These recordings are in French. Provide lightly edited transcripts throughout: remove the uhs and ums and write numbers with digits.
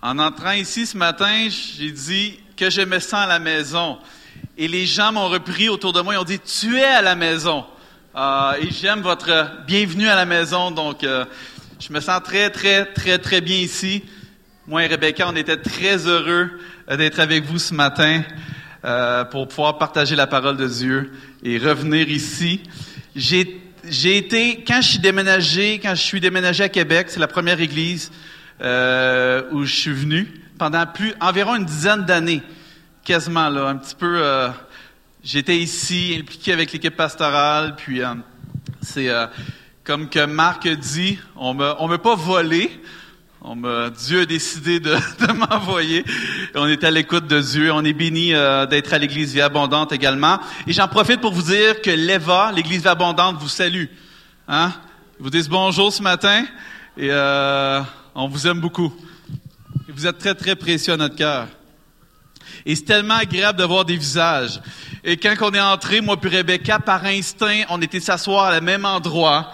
En entrant ici ce matin, j'ai dit que je me sens à la maison. Et les gens m'ont repris autour de moi et ont dit « Tu es à la maison ». Et j'aime votre bienvenue à la maison. Donc, je me sens très, très, très, très bien ici. Moi et Rebecca, on était très heureux d'être avec vous ce matin pour pouvoir partager la parole de Dieu et revenir ici. J'ai été, quand je suis déménagé à Québec, c'est la première église où je suis venu pendant environ une dizaine d'années, quasiment là, un petit peu. J'étais ici impliqué avec l'équipe pastorale, puis c'est comme que Marc dit, on m'a pas volé. Dieu a décidé de m'envoyer. On est à l'écoute de Dieu. On est béni d'être à l'Église Vie Abondante également. Et j'en profite pour vous dire que l'Eva, l'Église Vie Abondante, vous salue. Hein? Ils vous disent bonjour ce matin et on vous aime beaucoup. Et vous êtes très, très précieux à notre cœur. Et c'est tellement agréable de voir des visages. Et quand on est entré, moi puis Rebecca, par instinct, on était s'asseoir à le même endroit.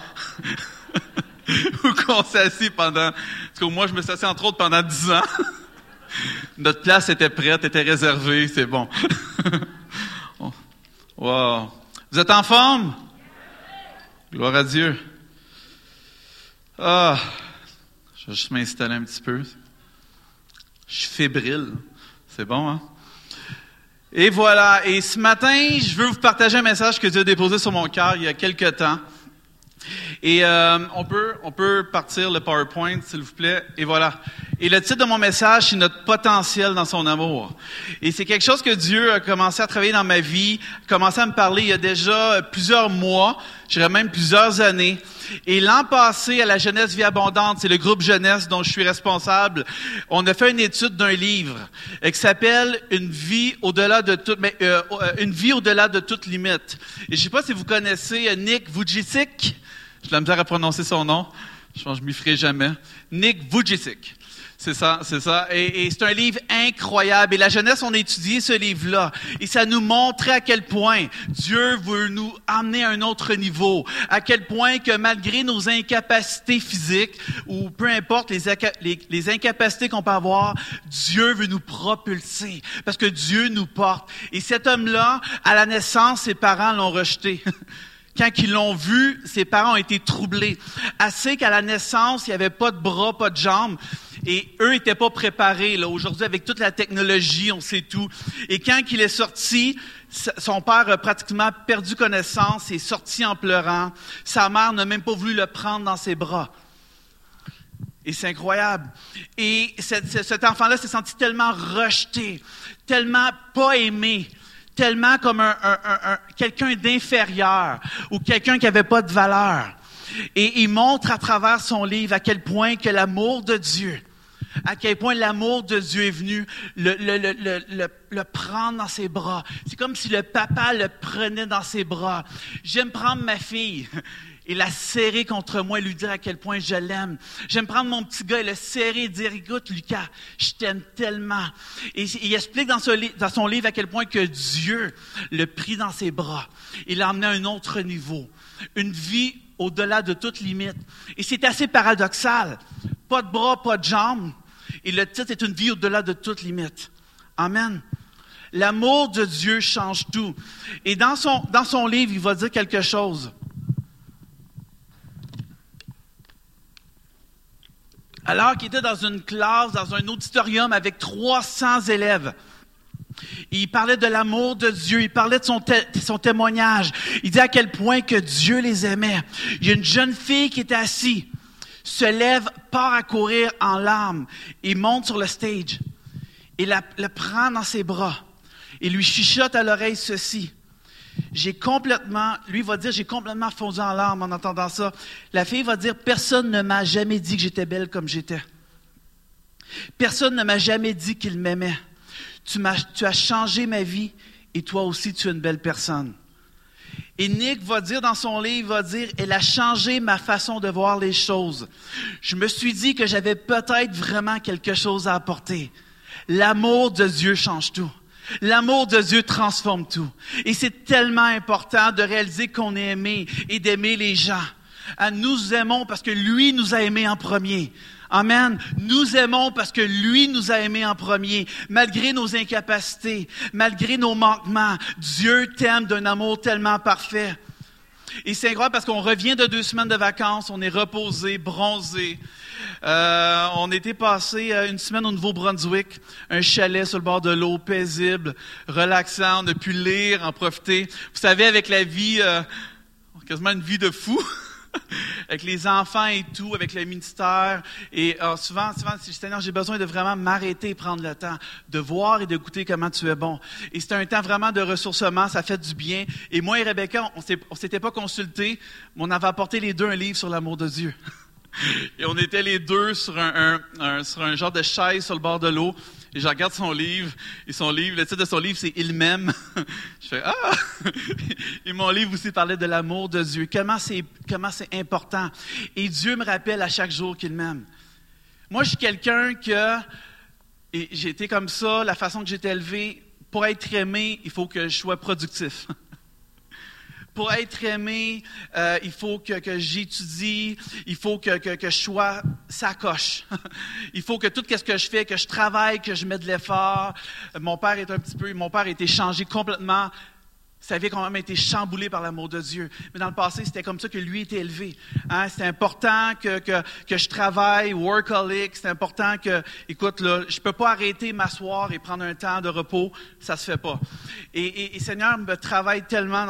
Où qu'on s'est assis pendant... Parce que moi, je me suis assis entre autres pendant 10 ans. Notre place était prête, était réservée, c'est bon. Wow. Vous êtes en forme? Gloire à Dieu. Je vais juste m'installer un petit peu. Je suis fébrile. C'est bon, hein? Et voilà. Et ce matin, je veux vous partager un message que Dieu a déposé sur mon cœur il y a quelque temps. Et on peut partir le PowerPoint, s'il vous plaît. Et voilà. Et le titre de mon message, c'est notre potentiel dans son amour. Et c'est quelque chose que Dieu a commencé à travailler dans ma vie, commencé à me parler il y a déjà plusieurs mois, je dirais même plusieurs années. Et l'an passé, à la Jeunesse Vie Abondante, c'est le groupe jeunesse dont je suis responsable, on a fait une étude d'un livre qui s'appelle Une vie au-delà de une vie au-delà de toute limite. Et je sais pas si vous connaissez Nick Vujicic. J'ai de la misère à prononcer son nom. Je pense que je m'y ferai jamais. Nick Vujicic. C'est ça. Et c'est un livre incroyable. Et la jeunesse, on a étudié ce livre-là. Et ça nous montrait à quel point Dieu veut nous amener à un autre niveau. À quel point que malgré nos incapacités physiques, ou peu importe les incapacités qu'on peut avoir, Dieu veut nous propulser. Parce que Dieu nous porte. Et cet homme-là, à la naissance, ses parents l'ont rejeté. Quand ils l'ont vu, ses parents ont été troublés. Assez qu'à la naissance, il n'y avait pas de bras, pas de jambes. Et eux n'étaient pas préparés. Là. Aujourd'hui, avec toute la technologie, on sait tout. Et quand il est sorti, son père a pratiquement perdu connaissance et est sorti en pleurant. Sa mère n'a même pas voulu le prendre dans ses bras. Et c'est incroyable. Et cet enfant-là s'est senti tellement rejeté, tellement pas aimé, tellement comme quelqu'un d'inférieur ou quelqu'un qui n'avait pas de valeur. Et il montre à travers son livre à quel point que l'amour de Dieu, à quel point l'amour de Dieu est venu le prendre dans ses bras. C'est comme si le papa le prenait dans ses bras. J'aime prendre ma fille et la serrer contre moi et lui dire à quel point je l'aime. J'aime prendre mon petit gars et le serrer et dire « Écoute, Lucas, je t'aime tellement. » Et il explique dans son livre à quel point que Dieu l'a pris dans ses bras. Il l'a emmené à un autre niveau. Une vie au-delà de toute limite. Et c'est assez paradoxal. Pas de bras, pas de jambes. Et le titre est « Une vie au-delà de toute limite ». Amen. L'amour de Dieu change tout. Et dans son livre, il va dire quelque chose. Alors qu'il était dans une classe, dans un auditorium avec 300 élèves, il parlait de l'amour de Dieu, il parlait de son témoignage. Il dit à quel point que Dieu les aimait. Il y a une jeune fille qui était assise, se lève, part à courir en larmes, et monte sur le stage. Et le prend dans ses bras et lui chuchote à l'oreille ceci. Lui va dire, j'ai complètement fondu en larmes en entendant ça. La fille va dire, personne ne m'a jamais dit que j'étais belle comme j'étais. Personne ne m'a jamais dit qu'il m'aimait. Tu as changé ma vie et toi aussi tu es une belle personne. Et Nick va dire dans son livre, elle a changé ma façon de voir les choses. Je me suis dit que j'avais peut-être vraiment quelque chose à apporter. L'amour de Dieu change tout. L'amour de Dieu transforme tout. Et c'est tellement important de réaliser qu'on est aimé et d'aimer les gens. Nous aimons parce que lui nous a aimés en premier. Amen. Nous aimons parce que lui nous a aimés en premier, malgré nos incapacités, malgré nos manquements. Dieu t'aime d'un amour tellement parfait. Et c'est incroyable parce qu'on revient de 2 semaines de vacances, on est reposé, bronzé. On était passé une semaine au Nouveau-Brunswick, un chalet sur le bord de l'eau, paisible, relaxant. On a pu lire, en profiter. Vous savez, avec la vie, quasiment une vie de fou. Avec les enfants et tout, avec le ministère. Et souvent, Seigneur, j'ai besoin de vraiment m'arrêter et prendre le temps de voir et de goûter comment tu es bon. Et c'était un temps vraiment de ressourcement, ça fait du bien. Et moi et Rebecca, on s'était pas consultés, mais on avait apporté les deux un livre sur l'amour de Dieu. Et on était les deux sur un genre de chaise sur le bord de l'eau. Et je regarde son livre, le titre de son livre, c'est « Il m'aime ». Je fais « Ah! » Et mon livre aussi parlait de l'amour de Dieu. Comment c'est important. Et Dieu me rappelle à chaque jour qu'il m'aime. Moi, je suis quelqu'un et j'ai été comme ça, la façon que j'ai été élevé, pour être aimé, il faut que je sois productif. Pour être aimé, il faut que j'étudie, il faut que je sois sacoche. Il faut que tout ce que je fais, que je travaille, que je mette de l'effort. Mon père a été changé complètement. Sa vie a quand même été chamboulée par l'amour de Dieu. Mais dans le passé, c'était comme ça que lui était élevé. Hein? C'était important que je travaille, workaholic. C'était important écoute, là, je peux pas arrêter, m'asseoir et prendre un temps de repos. Ça se fait pas. Et Seigneur me travaille tellement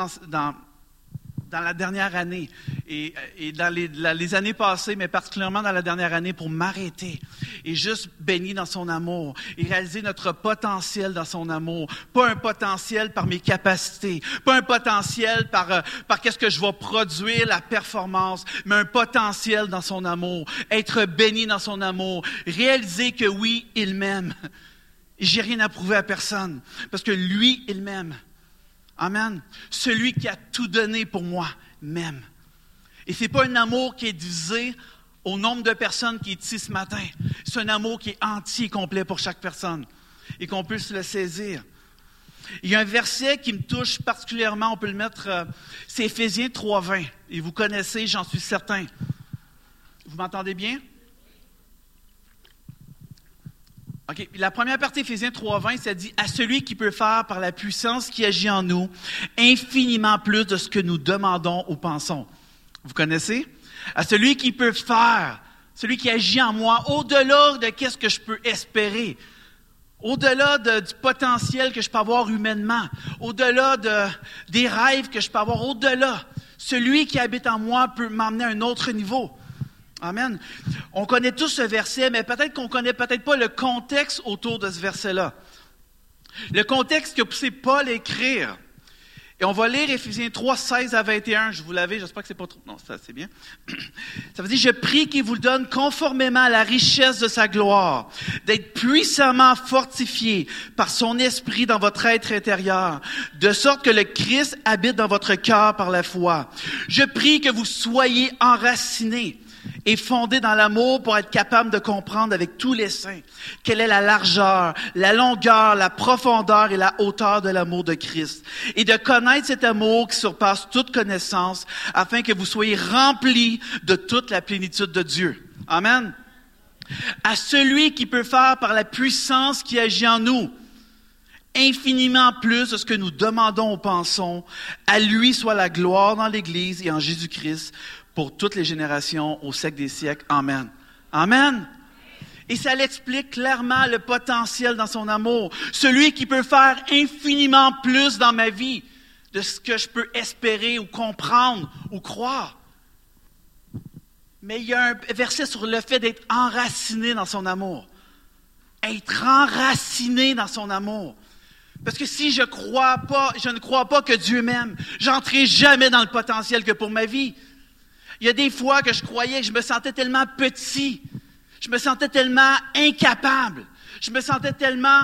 dans la dernière année et dans les années passées, mais particulièrement dans la dernière année, pour m'arrêter et juste baigner dans son amour et réaliser notre potentiel dans son amour. Pas un potentiel par mes capacités, pas un potentiel par qu'est-ce que je vais produire, la performance, mais un potentiel dans son amour. Être béni dans son amour. Réaliser que oui, il m'aime. Et j'ai rien à prouver à personne parce que lui, il m'aime. Amen. Celui qui a tout donné pour moi m'aime. Et ce n'est pas un amour qui est divisé au nombre de personnes qui est ici ce matin. C'est un amour qui est entier et complet pour chaque personne et qu'on puisse le saisir. Il y a un verset qui me touche particulièrement, on peut le mettre, c'est Éphésiens 3:20. Et vous connaissez, j'en suis certain. Vous m'entendez bien? OK. La première partie, Éphésiens 3:20, ça dit « À celui qui peut faire par la puissance qui agit en nous, infiniment plus de ce que nous demandons ou pensons. » Vous connaissez? À celui qui peut faire, celui qui agit en moi, au-delà de qu'est-ce que je peux espérer, au-delà du potentiel que je peux avoir humainement, au-delà des rêves que je peux avoir, au-delà. Celui qui habite en moi peut m'emmener à un autre niveau. Amen. On connaît tous ce verset, mais peut-être qu'on ne connaît peut-être pas le contexte autour de ce verset-là. Le contexte que poussé Paul à écrire. Et on va lire Éphésiens 3, 16 à 21. Je vous l'avais, j'espère que c'est pas trop... Non, ça c'est bien. Ça veut dire, je prie qu'il vous le donne conformément à la richesse de sa gloire, d'être puissamment fortifié par son esprit dans votre être intérieur, de sorte que le Christ habite dans votre cœur par la foi. Je prie que vous soyez enracinés et fondé dans l'amour pour être capable de comprendre avec tous les saints quelle est la largeur, la longueur, la profondeur et la hauteur de l'amour de Christ. Et de connaître cet amour qui surpasse toute connaissance afin que vous soyez remplis de toute la plénitude de Dieu. Amen. À celui qui peut faire par la puissance qui agit en nous, infiniment plus de ce que nous demandons ou pensons, à lui soit la gloire dans l'Église et en Jésus-Christ pour toutes les générations, au siècle des siècles. Amen. Amen. Et ça l'explique clairement le potentiel dans son amour. Celui qui peut faire infiniment plus dans ma vie de ce que je peux espérer ou comprendre ou croire. Mais il y a un verset sur le fait d'être enraciné dans son amour. Être enraciné dans son amour. Parce que si je ne crois pas que Dieu m'aime, j'entrerai jamais dans le potentiel que pour ma vie. Il y a des fois que je croyais que je me sentais tellement petit, je me sentais tellement incapable, je me sentais tellement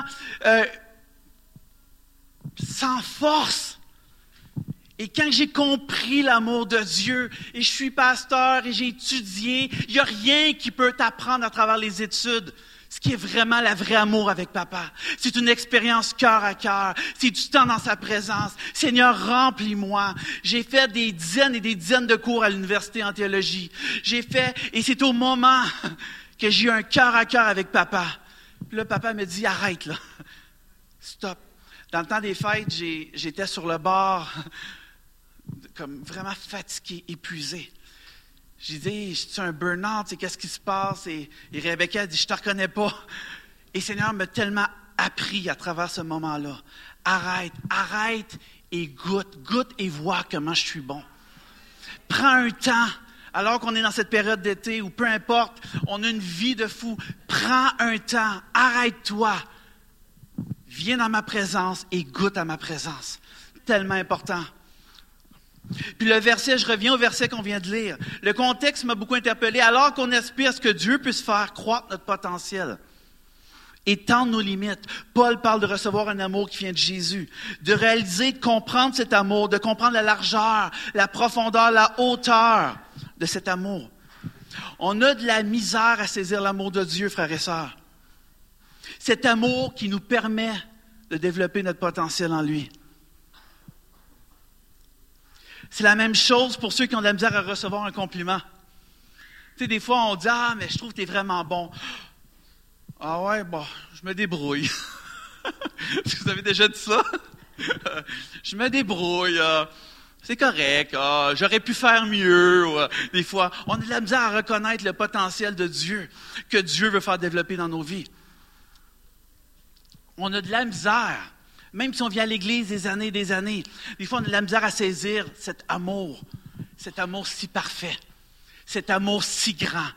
sans force. Et quand j'ai compris l'amour de Dieu, et je suis pasteur et j'ai étudié, il n'y a rien qui peut t'apprendre à travers les études. Ce qui est vraiment le vrai amour avec papa. C'est une expérience cœur à cœur. C'est du temps dans sa présence. Seigneur, remplis-moi. J'ai fait des dizaines et des dizaines de cours à l'université en théologie. Et c'est au moment que j'ai eu un cœur à cœur avec papa. Puis là, papa me dit, arrête là, stop. Dans le temps des fêtes, j'étais sur le bord, comme vraiment fatigué, épuisé. J'ai dit, je suis un burn-out, qu'est-ce qui se passe? Et Rebecca a dit, je ne te reconnais pas. Et le Seigneur m'a tellement appris à travers ce moment-là. Arrête et goûte et vois comment je suis bon. Prends un temps, alors qu'on est dans cette période d'été, ou peu importe, on a une vie de fou. Prends un temps, arrête-toi. Viens dans ma présence et goûte à ma présence. Tellement important. Puis le verset, je reviens au verset qu'on vient de lire. Le contexte m'a beaucoup interpellé. Alors qu'on aspire à ce que Dieu puisse faire croître notre potentiel, étendre nos limites, Paul parle de recevoir un amour qui vient de Jésus, de réaliser, de comprendre cet amour, de comprendre la largeur, la profondeur, la hauteur de cet amour. On a de la misère à saisir l'amour de Dieu, frères et sœurs. Cet amour qui nous permet de développer notre potentiel en lui. C'est la même chose pour ceux qui ont de la misère à recevoir un compliment. Tu sais, des fois, on dit « Ah, mais je trouve que tu es vraiment bon. » « Ah ouais, bon, je me débrouille. » Vous avez déjà dit ça? Je me débrouille. C'est correct. J'aurais pu faire mieux. Des fois, on a de la misère à reconnaître le potentiel de Dieu que Dieu veut faire développer dans nos vies. On a de la misère. Même si on vient à l'Église des années, des fois on a de la misère à saisir cet amour si parfait, cet amour si grand.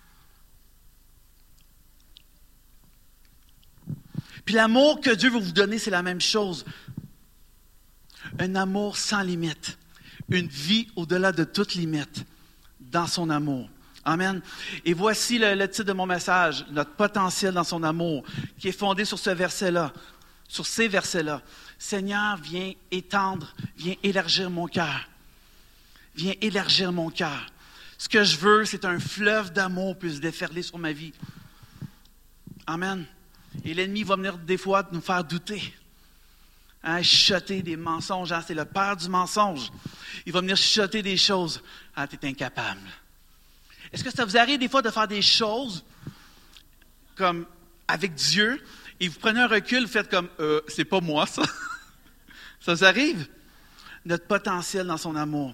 Puis l'amour que Dieu veut vous donner, c'est la même chose. Un amour sans limite, une vie au-delà de toute limite dans son amour. Amen. Et voici le titre de mon message, notre potentiel dans son amour, qui est fondé sur ce verset-là. Sur ces versets-là. Seigneur, viens étendre, viens élargir mon cœur. Viens élargir mon cœur. Ce que je veux, c'est un fleuve d'amour puisse déferler sur ma vie. Amen. Et l'ennemi va venir des fois nous faire douter. Chuchoter des mensonges. C'est le père du mensonge. Il va venir chuchoter des choses. Tu es incapable. Est-ce que ça vous arrive des fois de faire des choses comme avec Dieu? Et vous prenez un recul, vous faites comme, c'est pas moi ça. Ça vous arrive? Notre potentiel dans son amour.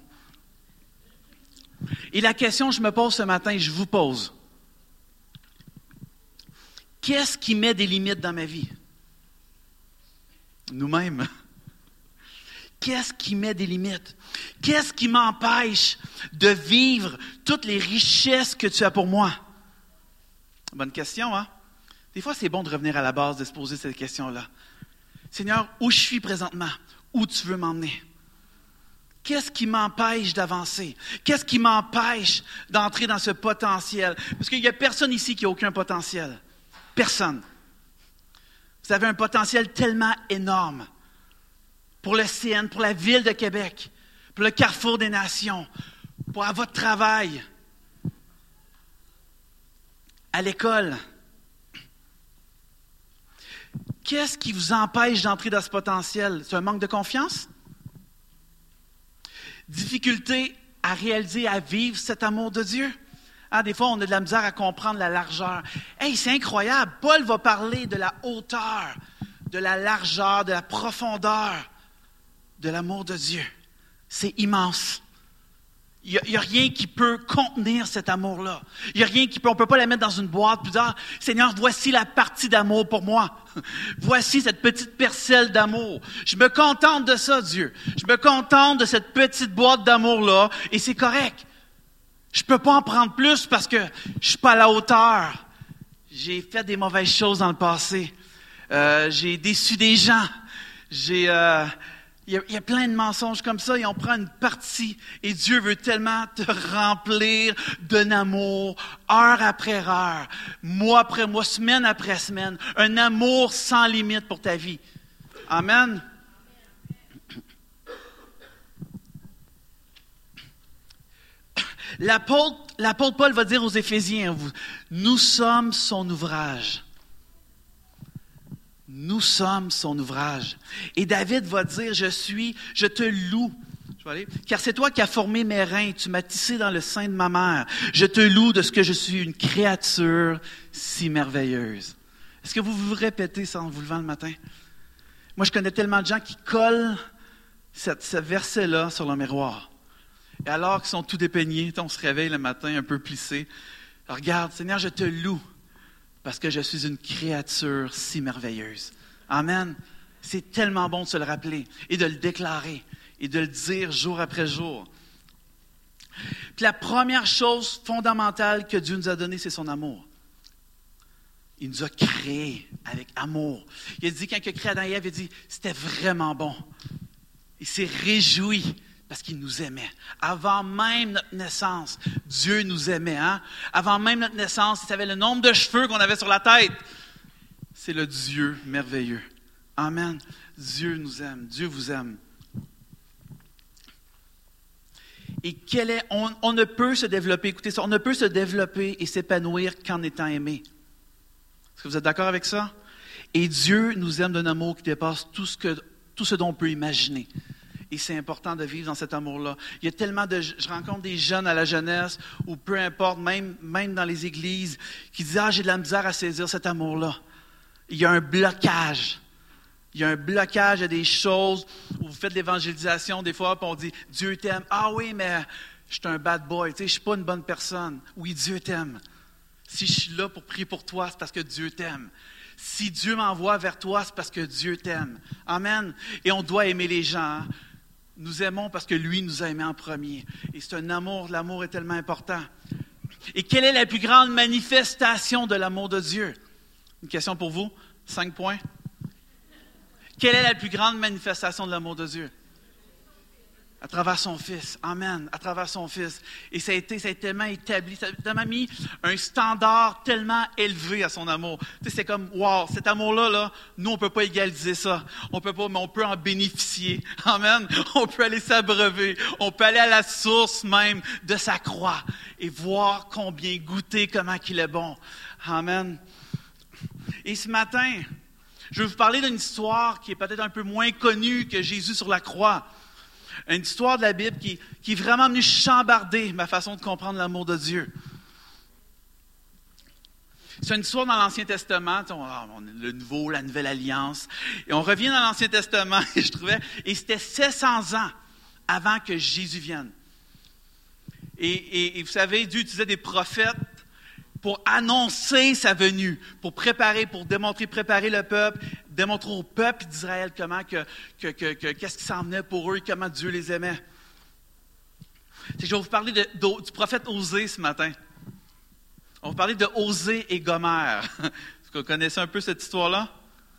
Et la question que je me pose ce matin, je vous pose. Qu'est-ce qui met des limites dans ma vie? Nous-mêmes. Qu'est-ce qui met des limites? Qu'est-ce qui m'empêche de vivre toutes les richesses que tu as pour moi? Bonne question, hein? Des fois, c'est bon de revenir à la base, de se poser cette question-là. Seigneur, où je suis présentement? Où tu veux m'emmener? Qu'est-ce qui m'empêche d'avancer? Qu'est-ce qui m'empêche d'entrer dans ce potentiel? Parce qu'il n'y a personne ici qui n'a aucun potentiel. Personne. Vous avez un potentiel tellement énorme pour le CN, pour la ville de Québec, pour le carrefour des nations, pour à votre travail, à l'école. Qu'est-ce qui vous empêche d'entrer dans ce potentiel? C'est un manque de confiance? Difficulté à réaliser, à vivre cet amour de Dieu? Des fois, on a de la misère à comprendre la largeur. C'est incroyable. Paul va parler de la hauteur, de la largeur, de la profondeur de l'amour de Dieu. C'est immense. Il n'y a rien qui peut contenir cet amour-là. On ne peut pas la mettre dans une boîte et dire « Seigneur, voici la partie d'amour pour moi. Voici cette petite parcelle d'amour. Je me contente de ça, Dieu. Je me contente de cette petite boîte d'amour-là et c'est correct. Je ne peux pas en prendre plus parce que je ne suis pas à la hauteur. J'ai fait des mauvaises choses dans le passé. J'ai déçu des gens. Il y a plein de mensonges comme ça et on prend une partie et Dieu veut tellement te remplir d'un amour, heure après heure, mois après mois, semaine après semaine, un amour sans limite pour ta vie. Amen. L'apôtre Paul va dire aux Éphésiens, nous sommes son ouvrage. Nous sommes son ouvrage. Et David va dire, je te loue. Je Car c'est toi qui as formé mes reins, tu m'as tissé dans le sein de ma mère. Je te loue de ce que je suis une créature si merveilleuse. Est-ce que vous vous répétez ça en vous levant le matin? Moi, je connais tellement de gens qui collent ce verset-là sur le miroir. Et alors qu'ils sont tout dépeignés, on se réveille le matin un peu plissé. Regarde, Seigneur, je te loue parce que je suis une créature si merveilleuse. Amen. C'est tellement bon de se le rappeler et de le déclarer et de le dire jour après jour. Puis la première chose fondamentale que Dieu nous a donnée, c'est son amour. Il nous a créés avec amour. Il a dit, quand il a créé Adam et Ève, il a dit, c'était vraiment bon. Il s'est réjoui parce qu'il nous aimait. Avant même notre naissance, Dieu nous aimait. Hein? Avant même notre naissance, il savait le nombre de cheveux qu'on avait sur la tête. C'est le Dieu merveilleux. Amen. Dieu nous aime. Dieu vous aime. Et on ne peut se développer, écoutez ça, on ne peut se développer et s'épanouir qu'en étant aimé. Est-ce que vous êtes d'accord avec ça? Et Dieu nous aime d'un amour qui dépasse tout ce dont on peut imaginer. Et c'est important de vivre dans cet amour-là. Il y a tellement je rencontre des jeunes à la jeunesse, ou peu importe, même dans les églises, qui disent « Ah, j'ai de la misère à saisir cet amour-là. » Il y a un blocage. Il y a un blocage à des choses où vous faites de l'évangélisation des fois, puis on dit « Dieu t'aime. » « Ah oui, mais je suis un bad boy, tu sais, je ne suis pas une bonne personne. » Oui, Dieu t'aime. Si je suis là pour prier pour toi, c'est parce que Dieu t'aime. Si Dieu m'envoie vers toi, c'est parce que Dieu t'aime. Amen. Et on doit aimer les gens. Hein? Nous aimons parce que lui nous a aimés en premier. Et c'est un amour, l'amour est tellement important. Et quelle est la plus grande manifestation de l'amour de Dieu? Une question pour vous, 5 points. Quelle est la plus grande manifestation de l'amour de Dieu? À travers son Fils. Amen. À travers son Fils. Et ça a été tellement établi, ça a tellement mis un standard tellement élevé à son amour. Tu sais, c'est comme, wow, cet amour-là, là, nous, on ne peut pas égaliser ça. On peut pas, mais on peut en bénéficier. Amen. On peut aller s'abreuver. On peut aller à la source même de sa croix et voir combien goûter, comment qu'il est bon. Amen. Et ce matin, je vais vous parler d'une histoire qui est peut-être un peu moins connue que Jésus sur la croix. Une histoire de la Bible qui est vraiment venue chambarder ma façon de comprendre l'amour de Dieu. C'est une histoire dans l'Ancien Testament, le Nouveau, la Nouvelle Alliance. Et on revient dans l'Ancien Testament, et c'était 700 ans avant que Jésus vienne. Et vous savez, Dieu utilisait des prophètes pour annoncer sa venue, pour préparer le peuple, démontrer au peuple d'Israël comment qu'est-ce qui s'en venait pour eux et comment Dieu les aimait. Je vais vous parler du prophète Osée ce matin. On va vous parler de Osée et Gomère. Est-ce que vous connaissez un peu cette histoire-là?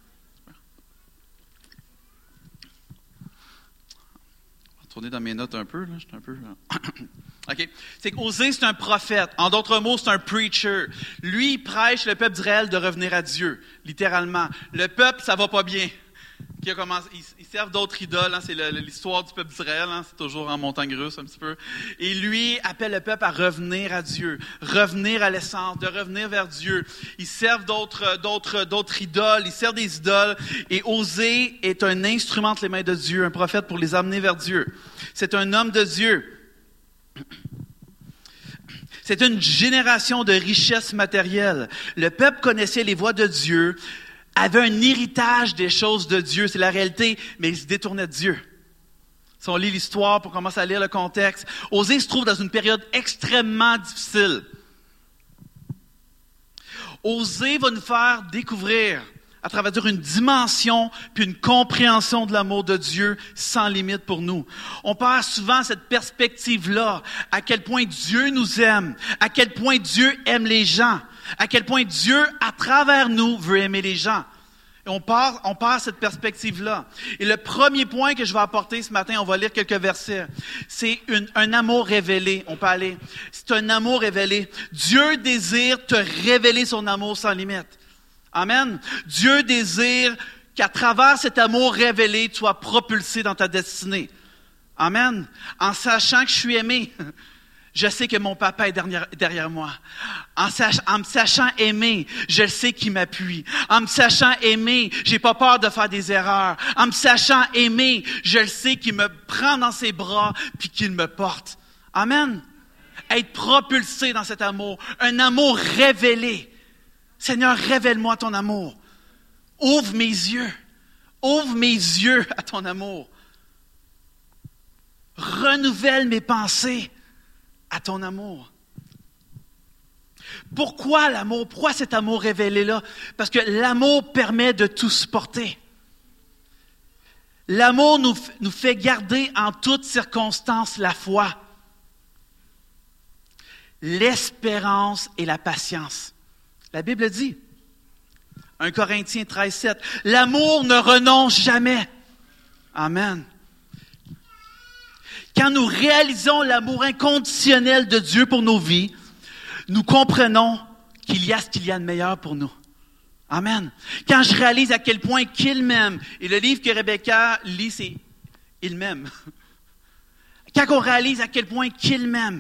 Je vais retourner dans mes notes un peu. Là. Je suis un peu... OK. C'est qu'Osée, c'est un prophète. En d'autres mots, c'est un preacher. Lui, il prêche le peuple d'Israël de revenir à Dieu, littéralement. Le peuple, ça va pas bien. Ils servent d'autres idoles. Hein, c'est l'histoire du peuple d'Israël. Hein, c'est toujours en montagne russe un petit peu. Et lui appelle le peuple à revenir à Dieu, revenir à l'essence, de revenir vers Dieu. Ils servent d'autres idoles. Ils servent des idoles. Et Osée est un instrument entre les mains de Dieu, un prophète pour les amener vers Dieu. C'est un homme de Dieu. C'est une génération de richesses matérielles. Le peuple connaissait les voies de Dieu, avait un héritage des choses de Dieu, c'est la réalité, mais il se détournait de Dieu. Si on lit l'histoire pour commencer à lire le contexte, Osée se trouve dans une période extrêmement difficile. Osée va nous faire découvrir à travers une dimension puis une compréhension de l'amour de Dieu sans limite pour nous. On perd souvent cette perspective-là, à quel point Dieu nous aime, à quel point Dieu aime les gens, à quel point Dieu, à travers nous, veut aimer les gens. Et on perd cette perspective-là. Et le premier point que je vais apporter ce matin, on va lire quelques versets, c'est un amour révélé. On peut aller. C'est un amour révélé. Dieu désire te révéler son amour sans limite. Amen. Dieu désire qu'à travers cet amour révélé, tu sois propulsé dans ta destinée. Amen. En sachant que je suis aimé. Je sais que mon papa est derrière moi. En me sachant aimer, je sais qu'il m'appuie. En me sachant aimer, j'ai pas peur de faire des erreurs. En me sachant aimer, je le sais qu'il me prend dans ses bras puis qu'il me porte. Amen. Être propulsé dans cet amour. Un amour révélé. Seigneur, révèle-moi ton amour. Ouvre mes yeux. Ouvre mes yeux à ton amour. Renouvelle mes pensées à ton amour. Pourquoi l'amour? Pourquoi cet amour révélé-là? Parce que l'amour permet de tout supporter. L'amour nous fait garder en toutes circonstances la foi, l'espérance et la patience. La Bible dit, 1 Corinthiens 13:7, l'amour ne renonce jamais. Amen. Quand nous réalisons l'amour inconditionnel de Dieu pour nos vies, nous comprenons qu'il y a ce qu'il y a de meilleur pour nous. Amen. Quand je réalise à quel point qu'il m'aime, et le livre que Rebecca lit, c'est « Il m'aime ». Quand on réalise à quel point qu'il m'aime,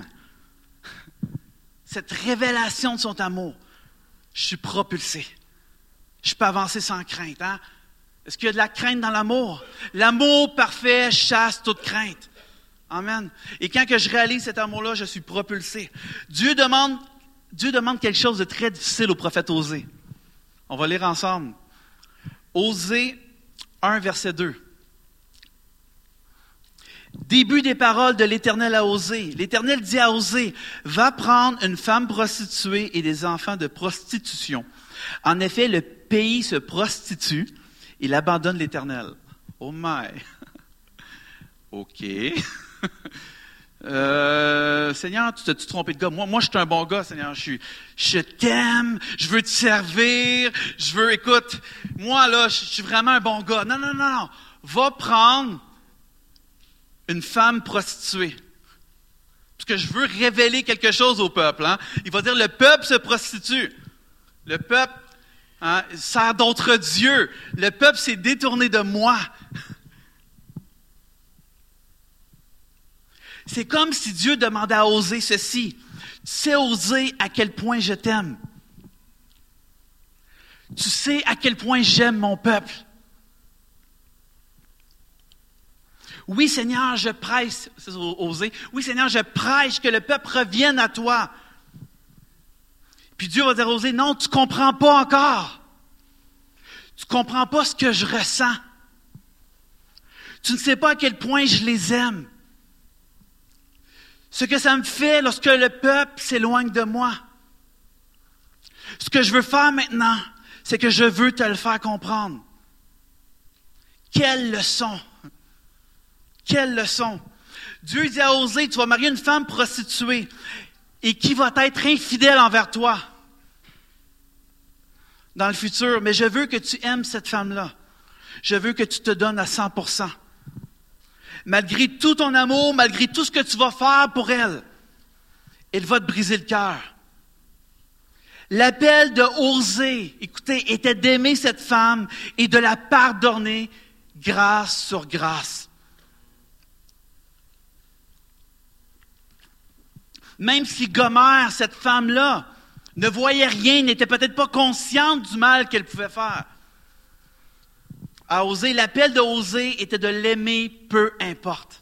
cette révélation de son amour, je suis propulsé. Je peux avancer sans crainte. Hein? Est-ce qu'il y a de la crainte dans l'amour? L'amour parfait chasse toute crainte. Amen. Et quand que je réalise cet amour-là, je suis propulsé. Dieu demande quelque chose de très difficile au prophète Osée. On va lire ensemble. Osée 1, verset 2. Début des paroles de l'Éternel à Osée. L'Éternel dit à Osée, « Va prendre une femme prostituée et des enfants de prostitution. En effet, le pays se prostitue, il abandonne l'Éternel. » Oh my! OK. Seigneur, tu t'es trompé de gars. Moi, je suis un bon gars, Seigneur. Je t'aime, je veux te servir, écoute, moi, là, je suis vraiment un bon gars. Non. Va prendre une femme prostituée. Parce que je veux révéler quelque chose au peuple. Hein? Il va dire, le peuple se prostitue. Le peuple sert d'autres dieux. Le peuple s'est détourné de moi. C'est comme si Dieu demandait à Osée ceci. Tu sais, Osée, à quel point je t'aime. Tu sais à quel point j'aime mon peuple. Oui, Seigneur, je prêche, c'est Osée. Oui, Seigneur, je prêche que le peuple revienne à toi. Puis Dieu va dire à Osée, non, tu ne comprends pas encore. Tu ne comprends pas ce que je ressens. Tu ne sais pas à quel point je les aime. Ce que ça me fait lorsque le peuple s'éloigne de moi. Ce que je veux faire maintenant, c'est que je veux te le faire comprendre. Quelle leçon! Quelle leçon! Dieu dit à Osée, tu vas marier une femme prostituée et qui va être infidèle envers toi dans le futur. Mais je veux que tu aimes cette femme-là. Je veux que tu te donnes à 100%. Malgré tout ton amour, malgré tout ce que tu vas faire pour elle, elle va te briser le cœur. L'appel de Osée, écoutez, était d'aimer cette femme et de la pardonner grâce sur grâce. Même si Gomère, cette femme-là, ne voyait rien, n'était peut-être pas consciente du mal qu'elle pouvait faire. À Osée, l'appel de Osée était de l'aimer peu importe.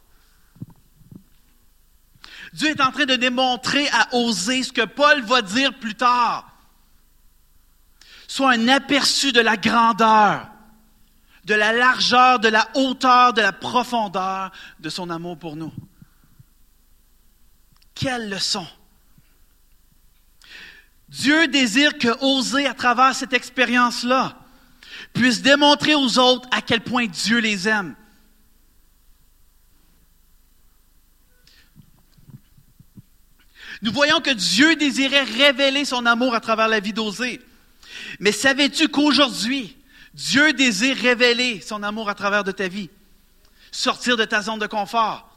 Dieu est en train de démontrer à Osée ce que Paul va dire plus tard. Soit un aperçu de la grandeur, de la largeur, de la hauteur, de la profondeur de son amour pour nous. Quelle leçon! Dieu désire que Osée, à travers cette expérience-là, puisse démontrer aux autres à quel point Dieu les aime. Nous voyons que Dieu désirait révéler son amour à travers la vie d'Osée. Mais savais-tu qu'aujourd'hui, Dieu désire révéler son amour à travers de ta vie? Sortir de ta zone de confort.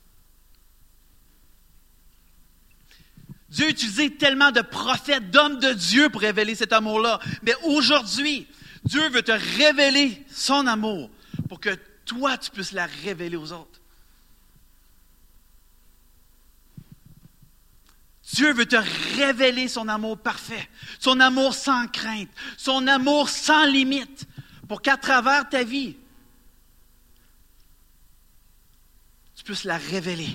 Dieu a utilisé tellement de prophètes, d'hommes de Dieu pour révéler cet amour-là. Mais aujourd'hui, Dieu veut te révéler son amour pour que toi, tu puisses la révéler aux autres. Dieu veut te révéler son amour parfait, son amour sans crainte, son amour sans limite, pour qu'à travers ta vie, tu puisses la révéler.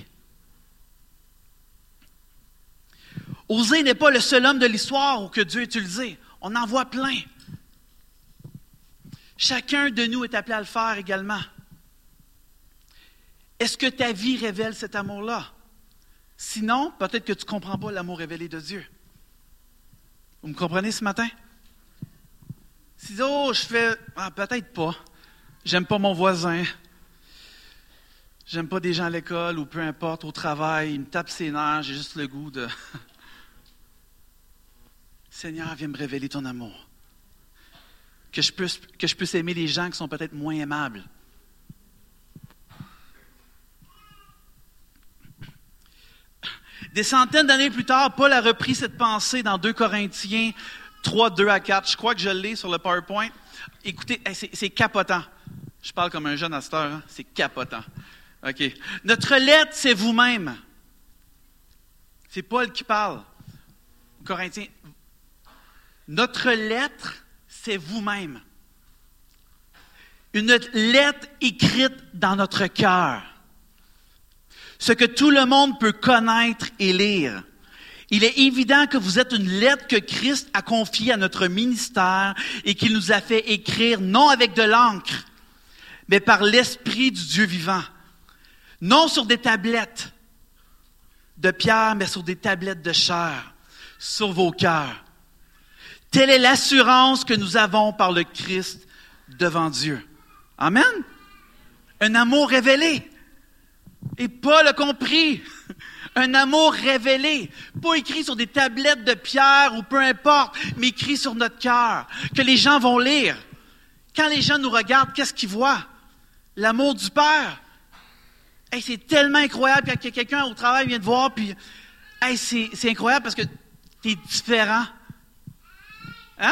Osée n'est pas le seul homme de l'histoire où que Dieu a utilisé. On en voit plein. Chacun de nous est appelé à le faire également. Est-ce que ta vie révèle cet amour-là? Sinon, peut-être que tu ne comprends pas l'amour révélé de Dieu. Vous me comprenez ce matin? Si je fais... peut-être pas. J'aime pas mon voisin. J'aime pas des gens à l'école ou peu importe, au travail. Ils me tapent ses nerfs. J'ai juste le goût de... Seigneur, viens me révéler ton amour. Que je puisse aimer les gens qui sont peut-être moins aimables. Des centaines d'années plus tard, Paul a repris cette pensée dans 2 Corinthiens 3, 2 à 4. Je crois que je l'ai sur le PowerPoint. Écoutez, c'est capotant. Je parle comme un jeune à cette heure, hein? C'est capotant. OK. Notre lettre, c'est vous-même. C'est Paul qui parle. Corinthiens. Notre lettre, c'est vous-même. Une lettre écrite dans notre cœur. Ce que tout le monde peut connaître et lire. Il est évident que vous êtes une lettre que Christ a confiée à notre ministère et qu'il nous a fait écrire non avec de l'encre, mais par l'Esprit du Dieu vivant. Non sur des tablettes de pierre, mais sur des tablettes de chair, sur vos cœurs. Telle est l'assurance que nous avons par le Christ devant Dieu. Amen? Un amour révélé. Et Paul a compris. Un amour révélé. Pas écrit sur des tablettes de pierre ou peu importe, mais écrit sur notre cœur. Que les gens vont lire. Quand les gens nous regardent, qu'est-ce qu'ils voient? L'amour du Père. Hey, c'est tellement incroyable quand quelqu'un au travail vient te voir, puis hey, c'est incroyable parce que tu es différent. Hein?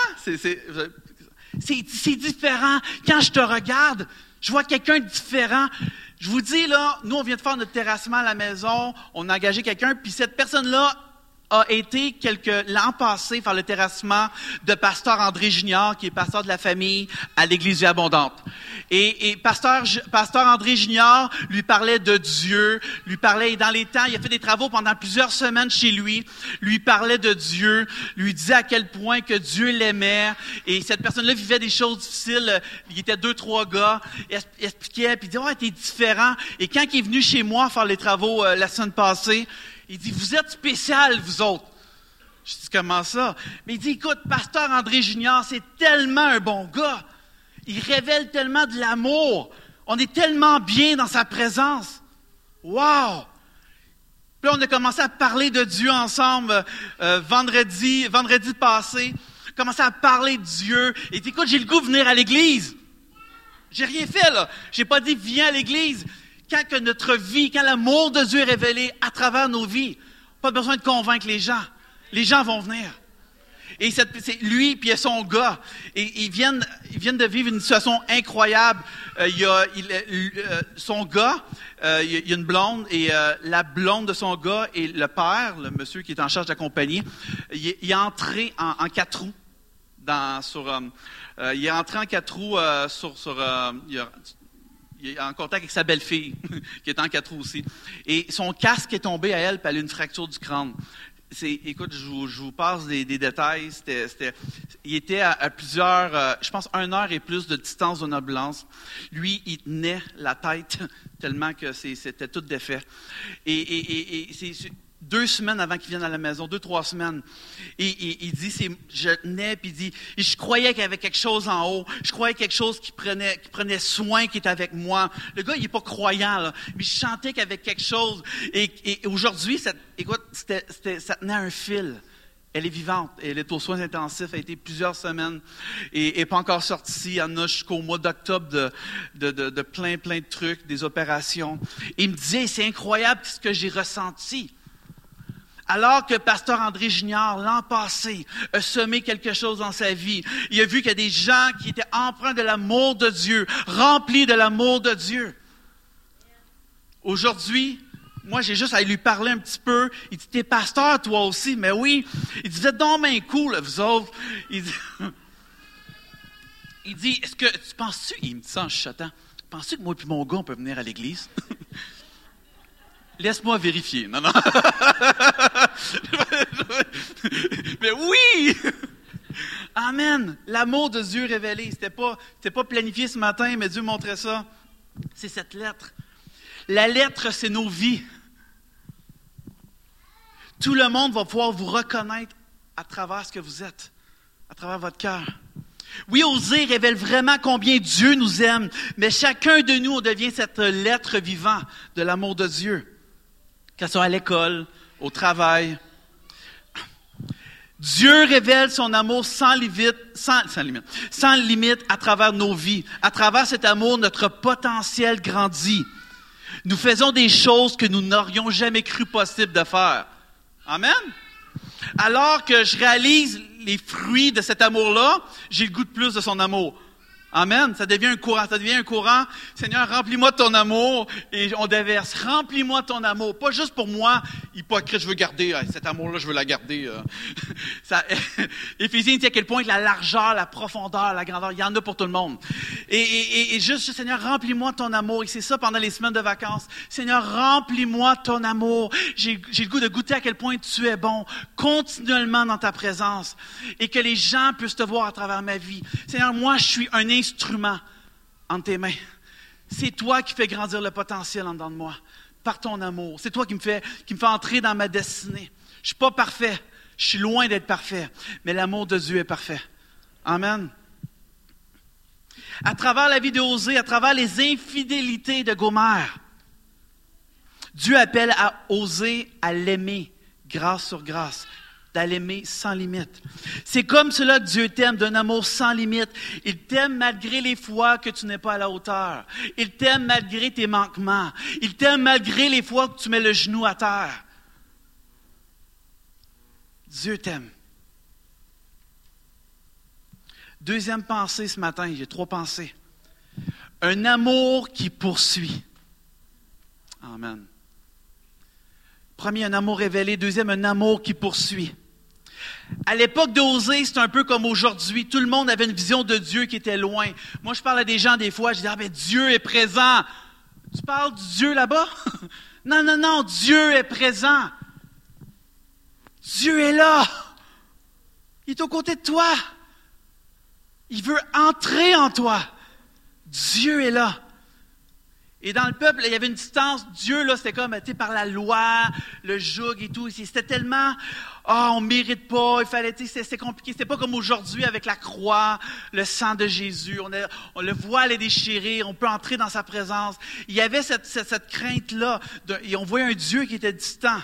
C'est différent. Quand je te regarde, je vois quelqu'un de différent. Je vous dis, là, nous, on vient de faire notre terrassement à la maison, on a engagé quelqu'un, puis cette personne-là a été l'an passé faire le terrassement de pasteur André Junior, qui est pasteur de la famille à l'Église Vie Abondante. Et pasteur André Junior lui parlait de Dieu, lui parlait dans les temps, il a fait des travaux pendant plusieurs semaines chez lui parlait de Dieu, lui disait à quel point que Dieu l'aimait. Et cette personne-là vivait des choses difficiles. Il était 2-3 gars, expliquait, puis il dit « Ouais, t'es différent. » Et quand il est venu chez moi faire les travaux la semaine passée, il dit, vous êtes spécial, vous autres. Je dis, comment ça? Mais il dit, écoute, pasteur André Junior, c'est tellement un bon gars. Il révèle tellement de l'amour. On est tellement bien dans sa présence. Wow! Puis là, on a commencé à parler de Dieu ensemble vendredi passé. On a commencé à parler de Dieu. Il dit, écoute, j'ai le goût de venir à l'église. J'ai rien fait, là. J'ai pas dit, viens à l'église. Quand que notre vie, quand l'amour de Dieu est révélé à travers nos vies, pas besoin de convaincre les gens. Les gens vont venir. Et c'est lui puis son gars, et ils viennent de vivre une situation incroyable. Son gars, il y a une blonde, et la blonde de son gars et le père, le monsieur qui est en charge de la compagnie, il est entré en 4 roues il est entré en 4 roues il est en contact avec sa belle-fille, qui est en 4 roues aussi. Et son casque est tombé à elle, puis elle a une fracture du crâne. Écoute, je vous passe des détails. Il était à plusieurs, je pense, 1 heure et plus de distance d'une ambulance. Lui, il tenait la tête tellement que c'était tout défait. Et c'est 2 semaines avant qu'il vienne à la maison, 2-3 semaines. Et il dit, je tenais, puis il dit, je croyais qu'il y avait quelque chose en haut. Je croyais quelque chose qui prenait soin, qui était avec moi. Le gars, il n'est pas croyant, là, mais je sentais qu'il y avait quelque chose. Et aujourd'hui, ça tenait un fil. Elle est vivante. Elle est aux soins intensifs. Elle a été plusieurs semaines et n'est pas encore sortie. Il y en a jusqu'au mois d'octobre de plein de trucs, des opérations. Et il me disait, c'est incroyable ce que j'ai ressenti. Alors que pasteur André Junior, l'an passé, a semé quelque chose dans sa vie, il a vu qu'il y a des gens qui étaient empreints de l'amour de Dieu, remplis de l'amour de Dieu. Aujourd'hui, Moi, j'ai juste à lui parler un petit peu. Il dit, t'es pasteur, toi aussi? Mais oui. Il dit, vous êtes donc bien cool, là, vous autres. Il dit, est-ce que, tu penses-tu, il me dit ça en chuchotant, penses-tu que moi et mon gars, on peut venir à l'église? Laisse-moi vérifier. Non. Mais oui! Amen. L'amour de Dieu révélé. C'était pas planifié ce matin, mais Dieu montrait ça. C'est cette lettre. La lettre, c'est nos vies. Tout le monde va pouvoir vous reconnaître à travers ce que vous êtes, à travers votre cœur. Oui, Osée révèle vraiment combien Dieu nous aime, mais chacun de nous, on devient cette lettre vivante de l'amour de Dieu. Que ce soit à l'école, au travail. Dieu révèle son amour sans limite à travers nos vies. À travers cet amour, notre potentiel grandit. Nous faisons des choses que nous n'aurions jamais cru possible de faire. Amen? Alors que je réalise les fruits de cet amour-là, j'ai le goût de plus de son amour. Amen. Ça devient un courant. Seigneur, remplis-moi de ton amour. Et on déverse. Remplis-moi de ton amour. Pas juste pour moi, hypocrite, je veux garder. Cet amour-là, je veux la garder. Éphésiens dit à quel point la largeur, la profondeur, la grandeur, il y en a pour tout le monde. Et juste, Seigneur, remplis-moi de ton amour. Et c'est ça pendant les semaines de vacances. Seigneur, remplis-moi de ton amour. J'ai le goût de goûter à quel point tu es bon, continuellement dans ta présence. Et que les gens puissent te voir à travers ma vie. Seigneur, moi, je suis un instrument entre tes mains. C'est toi qui fais grandir le potentiel en dedans de moi, par ton amour. C'est toi qui me fait entrer dans ma destinée. Je suis pas parfait. Je suis loin d'être parfait. Mais l'amour de Dieu est parfait. Amen. À travers la vie d'Osée, à travers les infidélités de Gomère, Dieu appelle à Osée à l'aimer, grâce sur grâce, à l'aimer sans limite. C'est comme cela que Dieu t'aime, d'un amour sans limite. Il t'aime malgré les fois que tu n'es pas à la hauteur. Il t'aime malgré tes manquements. Il t'aime malgré les fois que tu mets le genou à terre. Dieu t'aime. Deuxième pensée ce matin, j'ai 3 pensées. Un amour qui poursuit. Amen. Premier, un amour révélé. Deuxième, un amour qui poursuit. À l'époque d'Osée, c'est un peu comme aujourd'hui. Tout le monde avait une vision de Dieu qui était loin. Moi, je parle à des gens des fois, je dis, mais Dieu est présent. Tu parles du Dieu là-bas? Non, Dieu est présent. Dieu est là. Il est aux côtés de toi. Il veut entrer en toi. Dieu est là. Et dans le peuple, il y avait une distance. Dieu, là, c'était comme, par la loi, le joug et tout. C'était tellement, on ne mérite pas, il fallait, c'était compliqué. C'était pas comme aujourd'hui avec la croix, le sang de Jésus. On le voile est déchiré, on peut entrer dans sa présence. Il y avait cette crainte-là. Et on voyait un Dieu qui était distant.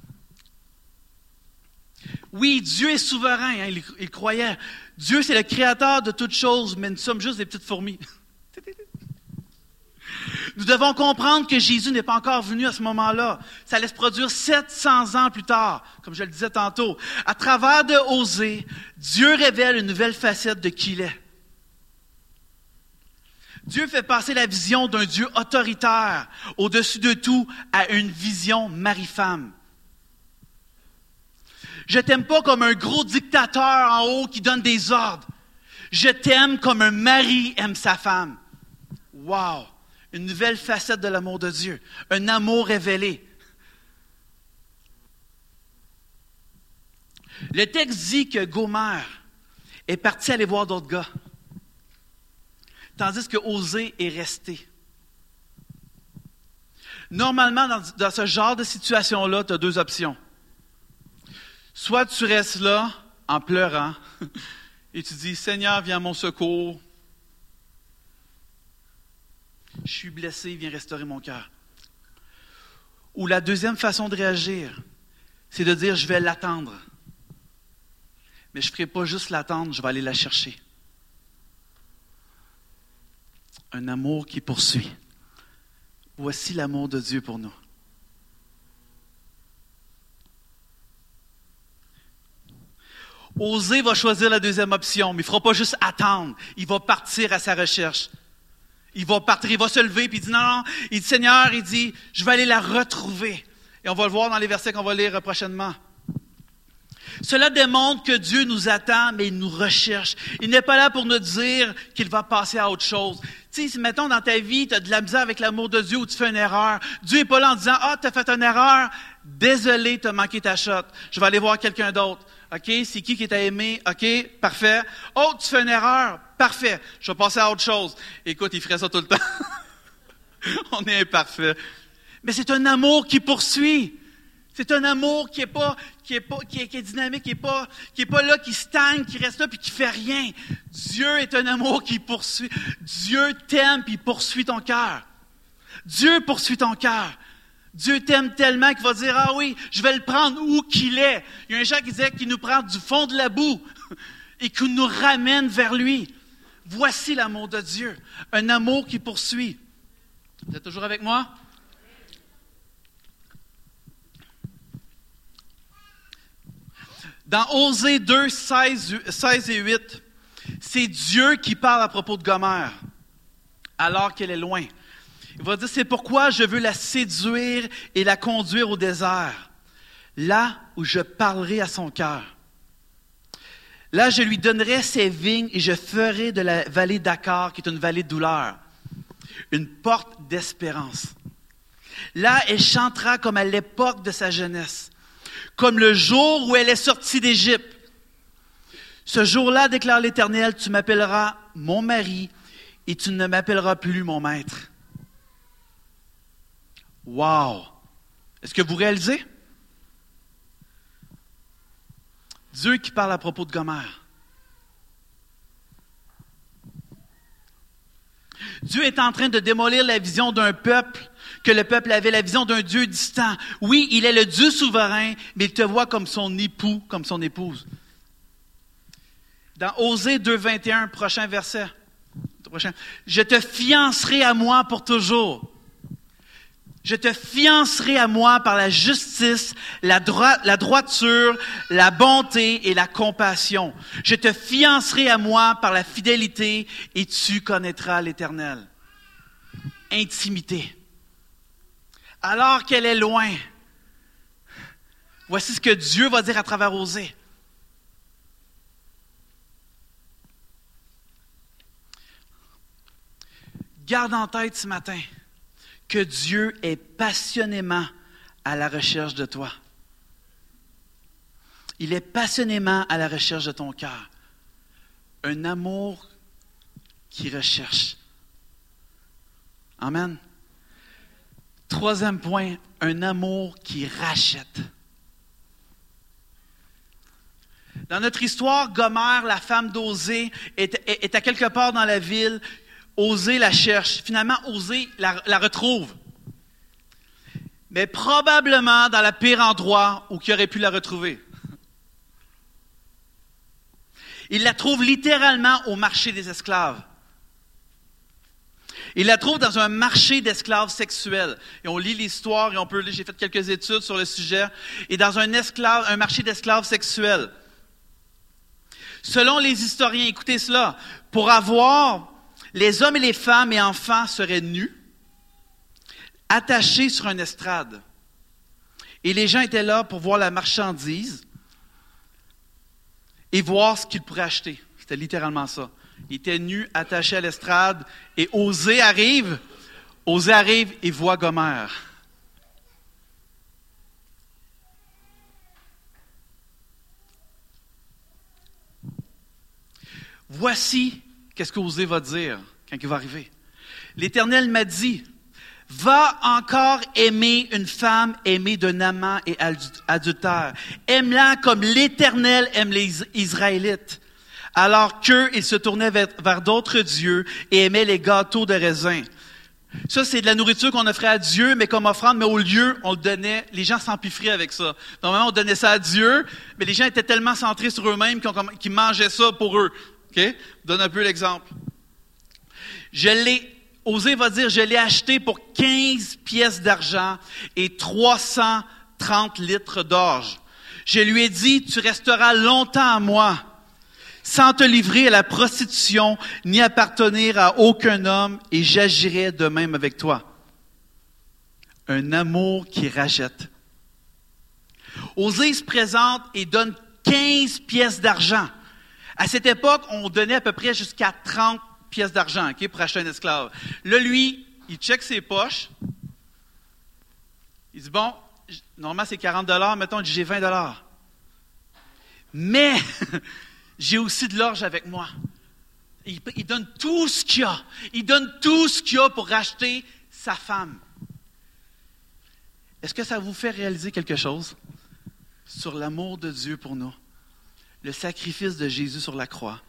Oui, Dieu est souverain, il croyait. Dieu, c'est le créateur de toutes choses, mais nous sommes juste des petites fourmis. Nous devons comprendre que Jésus n'est pas encore venu à ce moment-là. Ça allait se produire 700 ans plus tard, comme je le disais tantôt. À travers de Osée, Dieu révèle une nouvelle facette de qui il est. Dieu fait passer la vision d'un Dieu autoritaire, au-dessus de tout, à une vision mari-femme. Je t'aime pas comme un gros dictateur en haut qui donne des ordres. Je t'aime comme un mari aime sa femme. Wow! Une nouvelle facette de l'amour de Dieu. Un amour révélé. Le texte dit que Gomère est parti aller voir d'autres gars. Tandis que Osée est resté. Normalement, dans ce genre de situation-là, tu as 2 options. Soit tu restes là en pleurant et tu dis, Seigneur, viens à mon secours. Je suis blessé, viens restaurer mon cœur. Ou la deuxième façon de réagir, c'est de dire, je vais l'attendre. Mais je ne ferai pas juste l'attendre, je vais aller la chercher. Un amour qui poursuit. Voici l'amour de Dieu pour nous. Osée va choisir la deuxième option, mais il ne fera pas juste attendre. Il va partir à sa recherche. Il va partir, il va se lever, puis il dit non, il dit Seigneur, il dit, je vais aller la retrouver. Et on va le voir dans les versets qu'on va lire prochainement. Cela démontre que Dieu nous attend, mais il nous recherche. Il n'est pas là pour nous dire qu'il va passer à autre chose. Tu sais, si mettons dans ta vie, tu as de la misère avec l'amour de Dieu ou tu fais une erreur, Dieu n'est pas là en disant « Ah, tu as fait une erreur, désolé, tu as manqué ta shot. Je vais aller voir quelqu'un d'autre. OK, c'est qui t'a aimé? OK, parfait. Oh, tu fais une erreur? Parfait. Je vais passer à autre chose. » Écoute, il ferait ça tout le temps. On est imparfait. Mais c'est un amour qui poursuit. C'est un amour qui est dynamique, qui est pas là, qui stagne, qui reste là puis qui fait rien. Dieu est un amour qui poursuit. Dieu t'aime puis il poursuit ton cœur. Dieu poursuit ton cœur. Dieu t'aime tellement qu'il va dire, ah oui, je vais le prendre où qu'il est. Il y a un chant qui disait qu'il nous prend du fond de la boue et qu'il nous ramène vers lui. Voici l'amour de Dieu. Un amour qui poursuit. Vous êtes toujours avec moi? Dans Osée 2, 16 et 8, c'est Dieu qui parle à propos de Gomère, alors qu'elle est loin. Il va dire, c'est pourquoi je veux la séduire et la conduire au désert, là où je parlerai à son cœur. Là, je lui donnerai ses vignes et je ferai de la vallée d'Akar, qui est une vallée de douleur, une porte d'espérance. Là, elle chantera comme à l'époque de sa jeunesse, comme le jour où elle est sortie d'Égypte. Ce jour-là, déclare l'Éternel, tu m'appelleras mon mari et tu ne m'appelleras plus mon maître. Wow! Est-ce que vous réalisez? Dieu qui parle à propos de Gomère. Dieu est en train de démolir la vision d'un peuple, que le peuple avait la vision d'un Dieu distant. Oui, il est le Dieu souverain, mais il te voit comme son époux, comme son épouse. Dans Osée 2, 21, prochain verset. Je te fiancerai à moi pour toujours. Je te fiancerai à moi par la justice, la droiture, la bonté et la compassion. Je te fiancerai à moi par la fidélité et tu connaîtras l'Éternel. Intimité. Alors qu'elle est loin, voici ce que Dieu va dire à travers Osée. Garde en tête ce matin que Dieu est passionnément à la recherche de toi. Il est passionnément à la recherche de ton cœur. Un amour qui recherche. Amen. Troisième point, un amour qui rachète. Dans notre histoire, Gomère, la femme d'Osée, est à quelque part dans la ville. Osée la cherche. Finalement, Osée la retrouve. Mais probablement dans le pire endroit où il aurait pu la retrouver. Il la trouve littéralement au marché des esclaves. Il la trouve dans un marché d'esclaves sexuels. Et on lit l'histoire et on peut lire, j'ai fait quelques études sur le sujet. Et dans un marché d'esclaves sexuels. Selon les historiens, écoutez cela, pour avoir, les hommes et les femmes et enfants seraient nus, attachés sur une estrade. Et les gens étaient là pour voir la marchandise et voir ce qu'ils pourraient acheter. C'était littéralement ça. Ils étaient nus, attachés à l'estrade, et Osée arrive et voit Gomère. Voici qu'est-ce qu'Osée va dire quand il va arriver. L'Éternel m'a dit, va encore aimer une femme aimée d'un amant et adultère. Aime-la comme l'Éternel aime les Israélites. Alors qu'eux, ils se tournaient vers d'autres dieux et aimaient les gâteaux de raisin. Ça, c'est de la nourriture qu'on offrait à Dieu, mais comme offrande, mais au lieu, on le donnait, les gens s'empiffraient avec ça. Normalement, on donnait ça à Dieu, mais les gens étaient tellement centrés sur eux-mêmes qu'ils mangeaient ça pour eux. OK? Je donne un peu l'exemple. Osée va dire, je l'ai acheté pour 15 pièces d'argent et 330 litres d'orge. Je lui ai dit, tu resteras longtemps à moi, sans te livrer à la prostitution, ni appartenir à aucun homme, et j'agirai de même avec toi. Un amour qui rachète. Osée se présente et donne 15 pièces d'argent. À cette époque, on donnait à peu près jusqu'à 30 pièces d'argent, OK, pour acheter un esclave. Là, lui, il check ses poches. Il dit, bon, normalement, c'est 40 $. Mettons, il dit, j'ai 20 $. Mais, j'ai aussi de l'orge avec moi. Il donne tout ce qu'il a. Il donne tout ce qu'il a pour racheter sa femme. Est-ce que ça vous fait réaliser quelque chose sur l'amour de Dieu pour nous? Le sacrifice de Jésus sur la croix.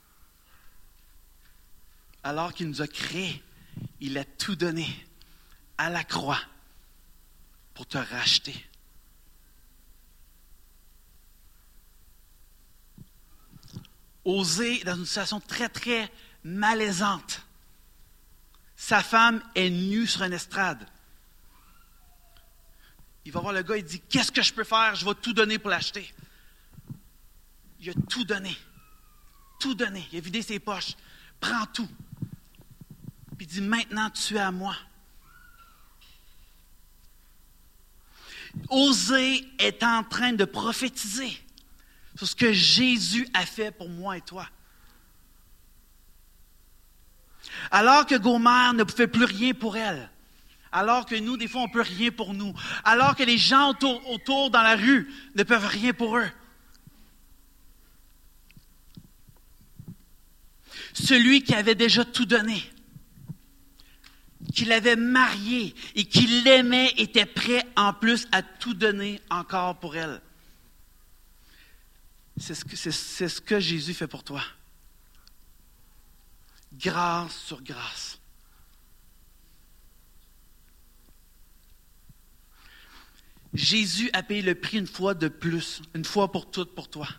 Alors qu'il nous a créés, il a tout donné à la croix pour te racheter. Osée est dans une situation très, très malaisante. Sa femme est nue sur une estrade. Il va voir le gars, il dit, qu'est-ce que je peux faire? Je vais tout donner pour l'acheter. Il a tout donné. Tout donné. Il a vidé ses poches. Prends tout. Puis il dit, maintenant tu es à moi. Osée est en train de prophétiser sur ce que Jésus a fait pour moi et toi. Alors que Gomère ne pouvait plus rien pour elle, alors que nous, des fois, on ne peut rien pour nous, alors que les gens autour dans la rue ne peuvent rien pour eux. Celui qui avait déjà tout donné, qui l'avait marié et qui l'aimait, était prêt en plus à tout donner encore pour elle. C'est ce que Jésus fait pour toi. Grâce sur grâce. Jésus a payé le prix une fois de plus, une fois pour toutes pour toi.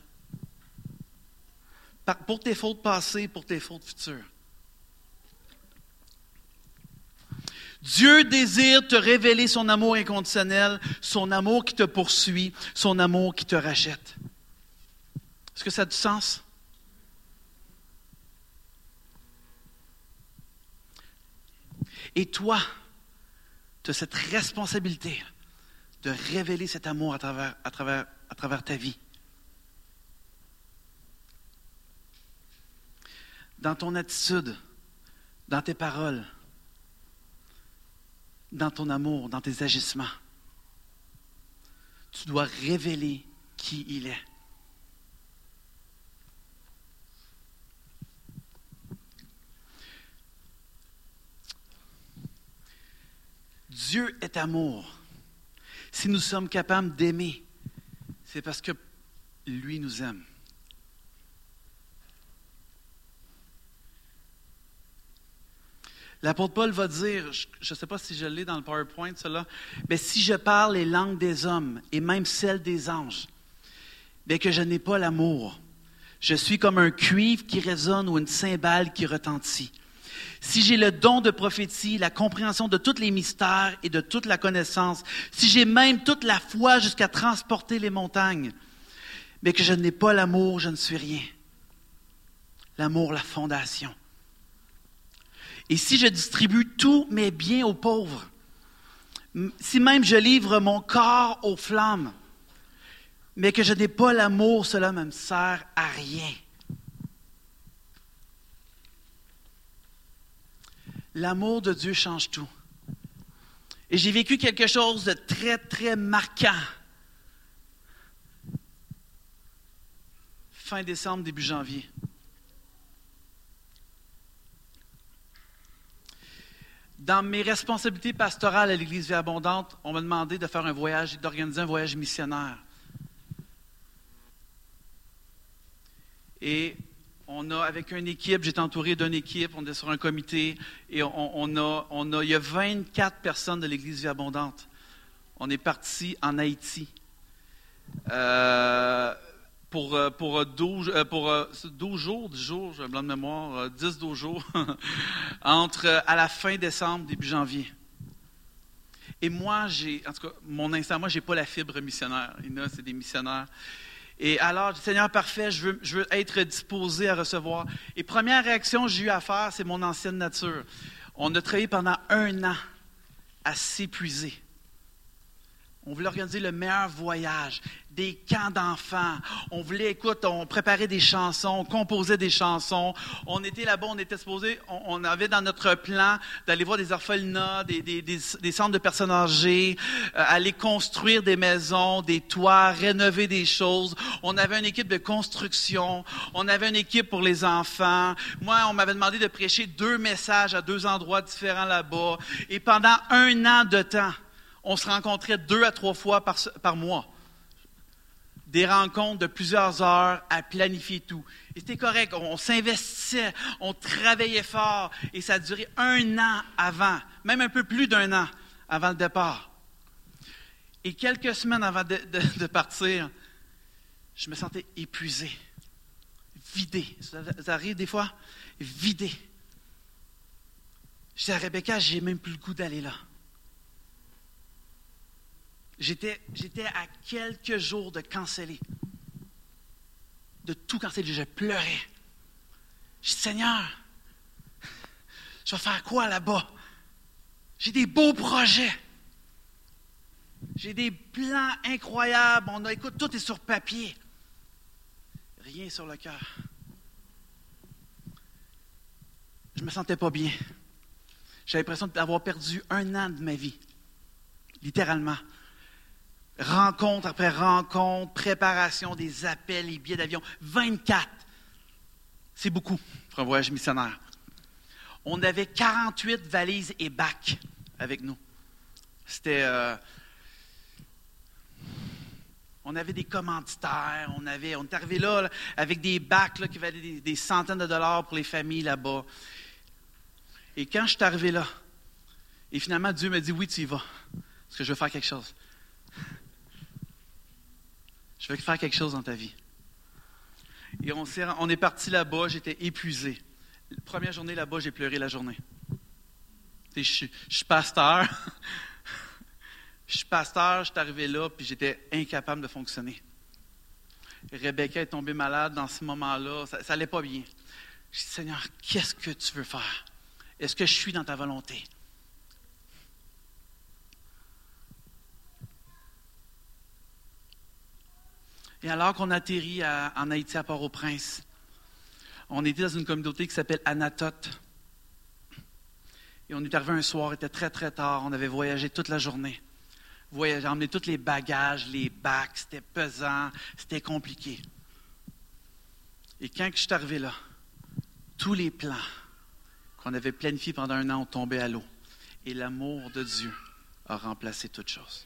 Pour tes fautes passées, pour tes fautes futures. Dieu désire te révéler son amour inconditionnel, son amour qui te poursuit, son amour qui te rachète. Est-ce que ça a du sens? Et toi, tu as cette responsabilité de révéler cet amour à travers ta vie. Dans ton attitude, dans tes paroles, dans ton amour, dans tes agissements. Tu dois révéler qui il est. Dieu est amour. Si nous sommes capables d'aimer, c'est parce que lui nous aime. L'apôtre Paul va dire, je ne sais pas si je l'ai dans le PowerPoint, cela, mais si je parle les langues des hommes et même celles des anges, mais que je n'ai pas l'amour, je suis comme un cuivre qui résonne ou une cymbale qui retentit. Si j'ai le don de prophétie, la compréhension de tous les mystères et de toute la connaissance, si j'ai même toute la foi jusqu'à transporter les montagnes, mais que je n'ai pas l'amour, je ne suis rien. L'amour, la fondation. Et si je distribue tous mes biens aux pauvres, si même je livre mon corps aux flammes, mais que je n'ai pas l'amour, cela ne me sert à rien. L'amour de Dieu change tout. Et j'ai vécu quelque chose de très, très marquant. Fin décembre, début janvier. Dans mes responsabilités pastorales à l'Église Vie Abondante, on m'a demandé de faire un voyage, d'organiser un voyage missionnaire. Et on a, avec une équipe, j'étais entouré d'une équipe, on est sur un comité, et il y a 24 personnes de l'Église Vie Abondante. On est parti en Haïti pour 12 jours, 10 jours, j'ai un blanc de mémoire, 10-12 jours, à la fin décembre, début janvier. Et moi, en tout cas, mon instinct, moi, j'ai pas la fibre missionnaire. C'est des missionnaires. Et alors, Seigneur, parfait, je veux être disposé à recevoir. Et première réaction que j'ai eu à faire, c'est mon ancienne nature. On a travaillé pendant 1 an à s'épuiser On voulait organiser le meilleur voyage, des camps d'enfants. On voulait, on préparait des chansons, on composait des chansons. On était là-bas, on était supposé, on avait dans notre plan d'aller voir des orphelinats, des centres de personnes âgées, aller construire des maisons, des toits, rénover des choses. On avait une équipe de construction, on avait une équipe pour les enfants. Moi, on m'avait demandé de prêcher 2 messages à 2 endroits différents là-bas. Et pendant 1 an de temps, on se rencontrait 2 à 3 fois par mois. Des rencontres de plusieurs heures à planifier tout. Et c'était correct, on s'investissait, on travaillait fort. Et ça a duré 1 an avant, même un peu plus d'1 an avant le départ. Et quelques semaines avant de partir, je me sentais épuisé, vidé. Ça arrive des fois? Vidé. Je disais à Rebecca, j'ai même plus le goût d'aller là. J'étais à quelques jours de canceller. De tout canceller. Je pleurais. Je dis, Seigneur, je vais faire quoi là-bas? J'ai des beaux projets. J'ai des plans incroyables. Écoute, tout est sur papier. Rien sur le cœur. Je me sentais pas bien. J'avais l'impression d'avoir perdu 1 an de ma vie. Littéralement. Rencontre après rencontre, préparation des appels, les billets d'avion. 24. C'est beaucoup pour un voyage missionnaire. On avait 48 valises et bacs avec nous. C'était... on avait des commanditaires, on est arrivé là avec des bacs là, qui valaient des centaines de dollars pour les familles là-bas. Et quand je suis arrivé là, et finalement Dieu me dit, oui, tu y vas, parce que je veux faire quelque chose. Je veux faire quelque chose dans ta vie. Et on est parti là-bas, j'étais épuisé. La première journée là-bas, j'ai pleuré la journée. Je suis pasteur. Je suis pasteur, je suis arrivé là, puis j'étais incapable de fonctionner. Rebecca est tombée malade dans ce moment-là, ça n'allait pas bien. Je dis, Seigneur, qu'est-ce que tu veux faire? Est-ce que je suis dans ta volonté? Et alors qu'on atterrit en Haïti, à Port-au-Prince, on était dans une communauté qui s'appelle Anatote. Et on est arrivé un soir, il était très, très tard. On avait voyagé toute la journée. J'ai emmené tous les bagages, les bacs. C'était pesant, c'était compliqué. Et quand je suis arrivé là, tous les plans qu'on avait planifiés pendant 1 an ont tombé à l'eau. Et l'amour de Dieu a remplacé toute chose.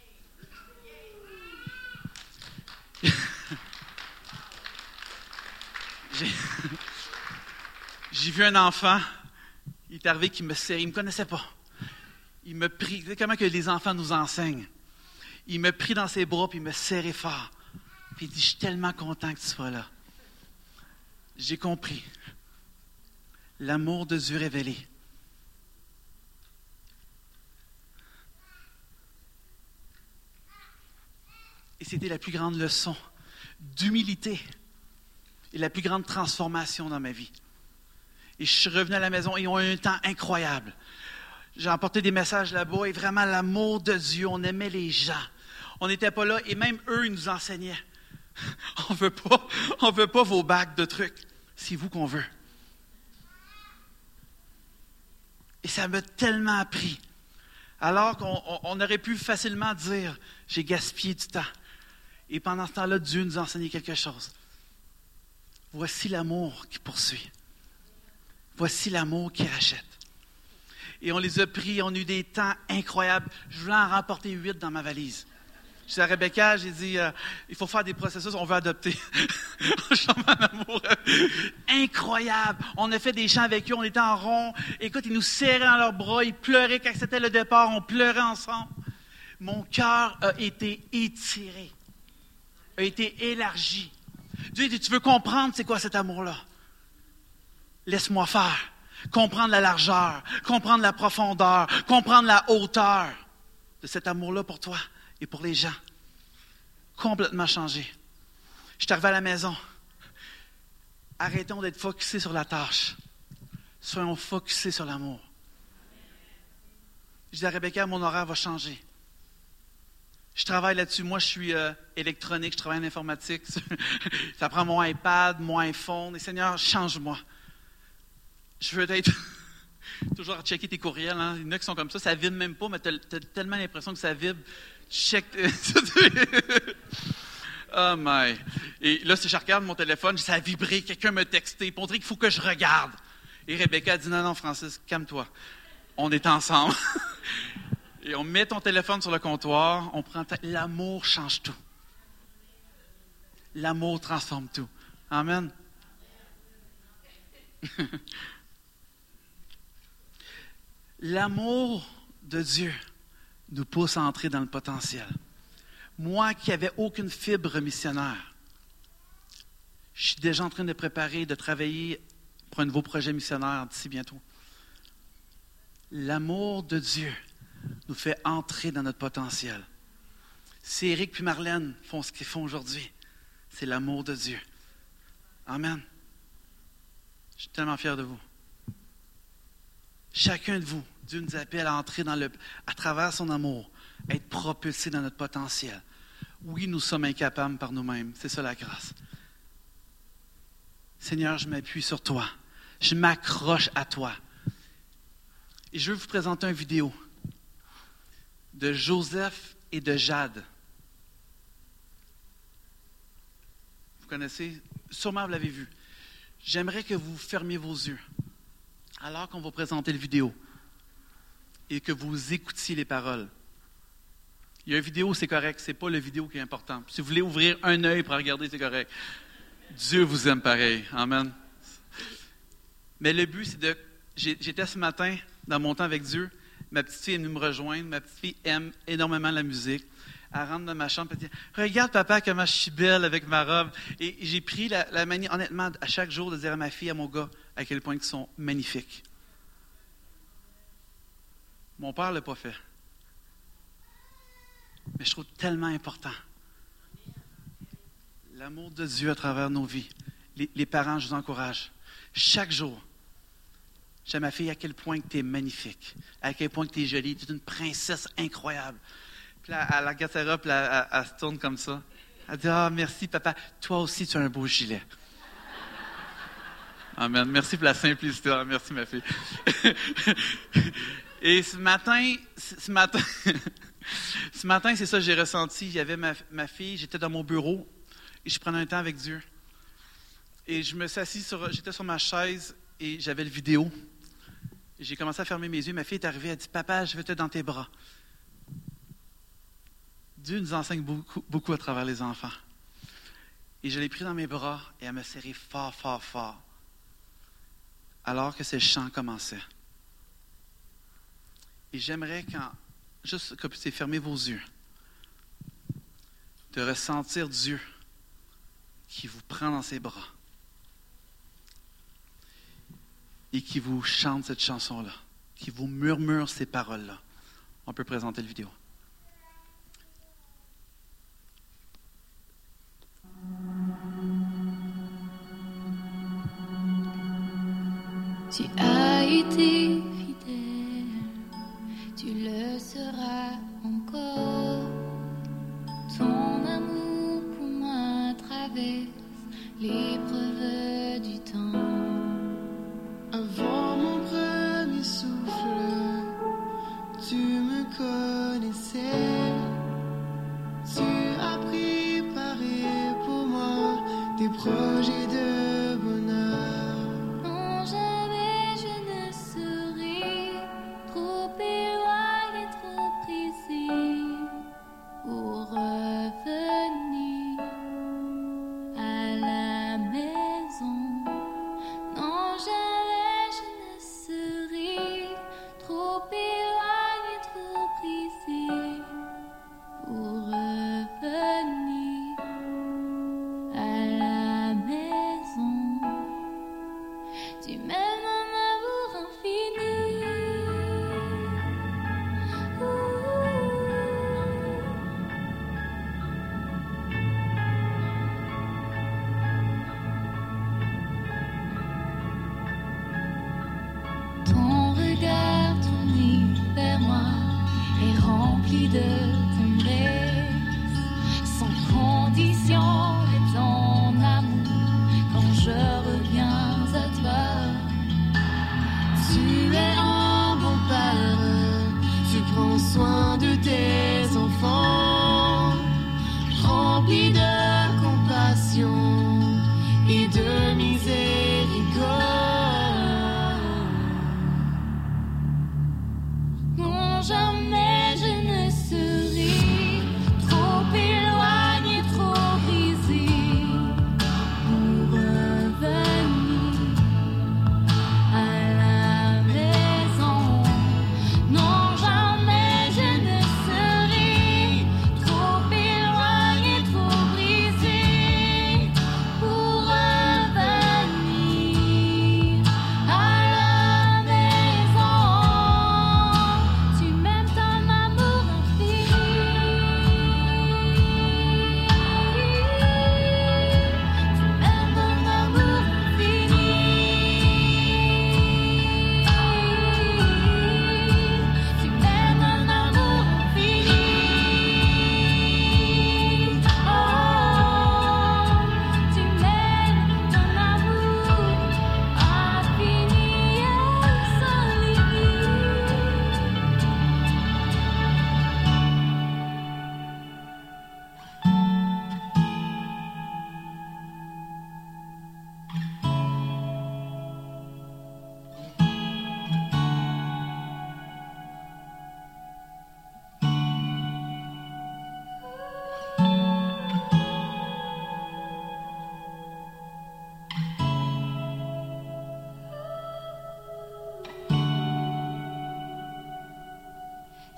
J'ai vu un enfant, il est arrivé qui me serrait, il ne me connaissait pas. Il me prit, vous savez comment que les enfants nous enseignent. Il me prit dans ses bras, puis il me serrait fort. Puis il dit, je suis tellement content que tu sois là. J'ai compris. L'amour de Dieu révélé. Et c'était la plus grande leçon d'humilité et la plus grande transformation dans ma vie. Et je suis revenu à la maison et ils ont eu un temps incroyable. J'ai emporté des messages là-bas et vraiment l'amour de Dieu, on aimait les gens. On n'était pas là et même eux, ils nous enseignaient. On veut pas vos bacs de trucs. C'est vous qu'on veut. Et ça m'a tellement appris. Alors qu'on aurait pu facilement dire, j'ai gaspillé du temps. Et pendant ce temps-là, Dieu nous a enseigné quelque chose. Voici l'amour qui poursuit. Voici l'amour qui rachète. Et on les a pris, on a eu des temps incroyables. Je voulais en remporter 8 dans ma valise. Je dis à Rebecca, j'ai dit, il faut faire des processus, on veut adopter. Amour. Incroyable. On a fait des chants avec eux, on était en rond. Écoute, ils nous serraient dans leurs bras, ils pleuraient quand c'était le départ, on pleurait ensemble. Mon cœur a été étiré, a été élargi. Dieu dit, tu veux comprendre c'est quoi cet amour-là? Laisse-moi faire. Comprendre la largeur, comprendre la profondeur, comprendre la hauteur de cet amour-là pour toi et pour les gens. Complètement changé. Je suis arrivé à la maison. Arrêtons d'être focusés sur la tâche. Soyons focusés sur l'amour. Je dis à Rebecca, mon horaire va changer. Je travaille là-dessus. Moi, je suis électronique, je travaille en informatique. Ça prend mon iPad, mon iPhone. Et Seigneur, change-moi. Je veux être toujours à checker tes courriels. Hein. Il y en a qui sont comme ça vibre même pas, mais tu as tellement l'impression que ça vibre. Check. Oh my. Et là, si je regarde mon téléphone, ça a vibré, quelqu'un m'a texté, pour dire qu'il faut que je regarde. Et Rebecca a dit, non, Francis, calme-toi. On est ensemble. Et on met ton téléphone sur le comptoir, on prend l'amour change tout. L'amour transforme tout. Amen. L'amour de Dieu nous pousse à entrer dans le potentiel. Moi qui n'avais aucune fibre missionnaire, je suis déjà en train de préparer, de travailler pour un nouveau projet missionnaire d'ici bientôt. L'amour de Dieu nous fait entrer dans notre potentiel. Si Éric puis Marlène font ce qu'ils font aujourd'hui, c'est l'amour de Dieu. Amen. Je suis tellement fier de vous. Chacun de vous, Dieu nous appelle à entrer à travers son amour, à être propulsé dans notre potentiel. Oui, nous sommes incapables par nous-mêmes. C'est ça la grâce. Seigneur, je m'appuie sur toi. Je m'accroche à toi. Et je veux vous présenter une vidéo de Joseph et de Jade. Vous connaissez? Sûrement vous l'avez vu. J'aimerais que vous fermiez vos yeux alors qu'on va présenter la vidéo et que vous écoutiez les paroles. Il y a une vidéo, c'est correct. C'est pas la vidéo qui est importante. Si vous voulez ouvrir un œil pour regarder, c'est correct. Dieu vous aime pareil. Amen. Mais le but, c'est de... J'étais ce matin dans mon temps avec Dieu. Ma petite fille est venue me rejoindre. Ma petite fille aime énormément la musique. Elle rentre dans ma chambre et dit « Regarde, papa, comment je suis belle avec ma robe. » Et j'ai pris la manie, honnêtement, à chaque jour, de dire à ma fille, à mon gars, à quel point ils sont magnifiques. Mon père ne l'a pas fait. Mais je trouve tellement important. L'amour de Dieu à travers nos vies. Les parents, je vous encourage. Chaque jour, j'ai à ma fille à quel point tu es magnifique, à quel point tu es jolie, tu es une princesse incroyable. Puis là, elle regarde sa robe, puis elle se tourne comme ça. Elle dit « Ah, merci papa, toi aussi tu as un beau gilet. » Amen. Merci pour la simplicité. Ah, merci ma fille. Et ce matin, c'est ça que j'ai ressenti. Il y avait ma fille, j'étais dans mon bureau et je prenais un temps avec Dieu. Et je me suis assis j'étais sur ma chaise et j'avais le vidéo. Et j'ai commencé à fermer mes yeux. Ma fille est arrivée, elle dit « Papa, je veux te dans tes bras. » Dieu nous enseigne beaucoup, beaucoup à travers les enfants. Et je l'ai pris dans mes bras et elle m'a serré fort, fort, fort. Alors que ce chant commençait. Et j'aimerais, juste que vous puissiez fermer vos yeux, de ressentir Dieu qui vous prend dans ses bras et qui vous chante cette chanson-là, qui vous murmure ces paroles-là. On peut présenter la vidéo. Tu as été fidèle, tu le seras encore. Ton amour pour moi traverse l'épreuve du temps. Avant mon premier souffle, tu me connaissais. Tu as préparé pour moi des projets de bonheur. Non, jamais je ne serai trop éloigné, trop pressé pour revenir à la maison. Non, jamais je ne serai trop éloigné, trop pressé pour revenir à la maison. Tu m'aimes un amour infini. Ton regard tourné vers moi est rempli de tendresse.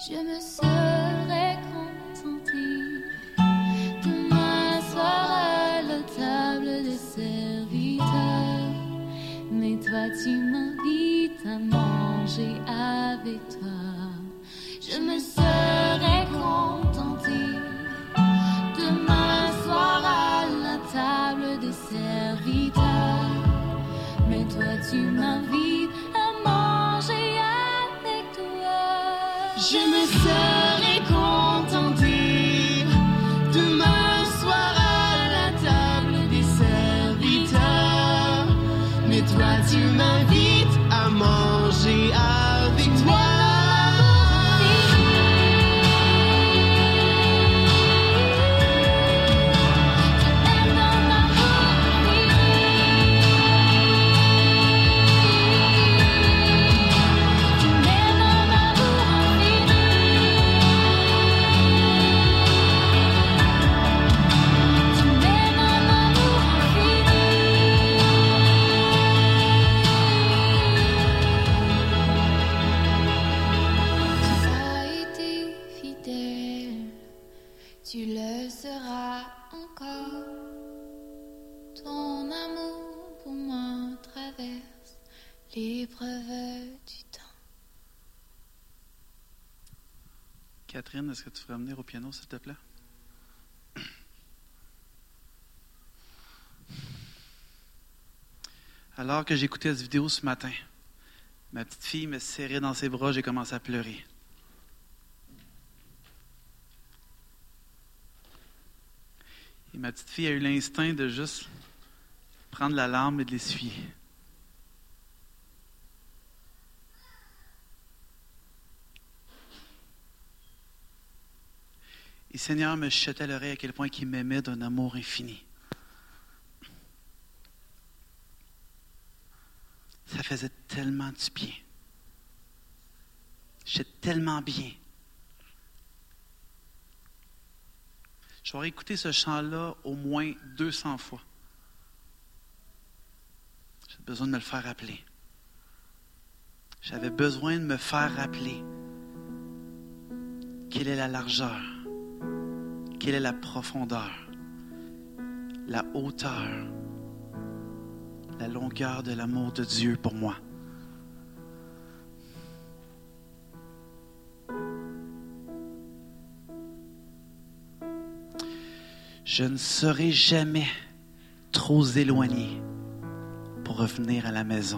je me serais contentée de m'asseoir à la table des serviteurs. Mais toi, tu m'invites à manger avec toi. Je me serais contentée de m'asseoir à la table des serviteurs. Mais toi, tu m'invites à manger avec toi. Je me serais contentée de m'asseoir à la table des serviteurs. Mais toi, tu m'invites à manger avec toi. Tu le seras encore. Ton amour pour moi traverse l'épreuve du temps. Catherine, est-ce que tu ferais venir au piano, s'il te plaît? Alors que j'écoutais cette vidéo ce matin, ma petite fille me serrait dans ses bras, j'ai commencé à pleurer. Et ma petite fille a eu l'instinct de juste prendre la larme et de l'essuyer. Et le Seigneur me chuchotait à l'oreille à quel point il m'aimait d'un amour infini. Ça faisait tellement du bien. J'étais tellement bien. J'aurais écouté ce chant-là au moins 200 fois. J'ai besoin de me le faire rappeler. J'avais besoin de me faire rappeler quelle est la largeur, quelle est la profondeur, la hauteur, la longueur de l'amour de Dieu pour moi. Je ne serai jamais trop éloigné pour revenir à la maison.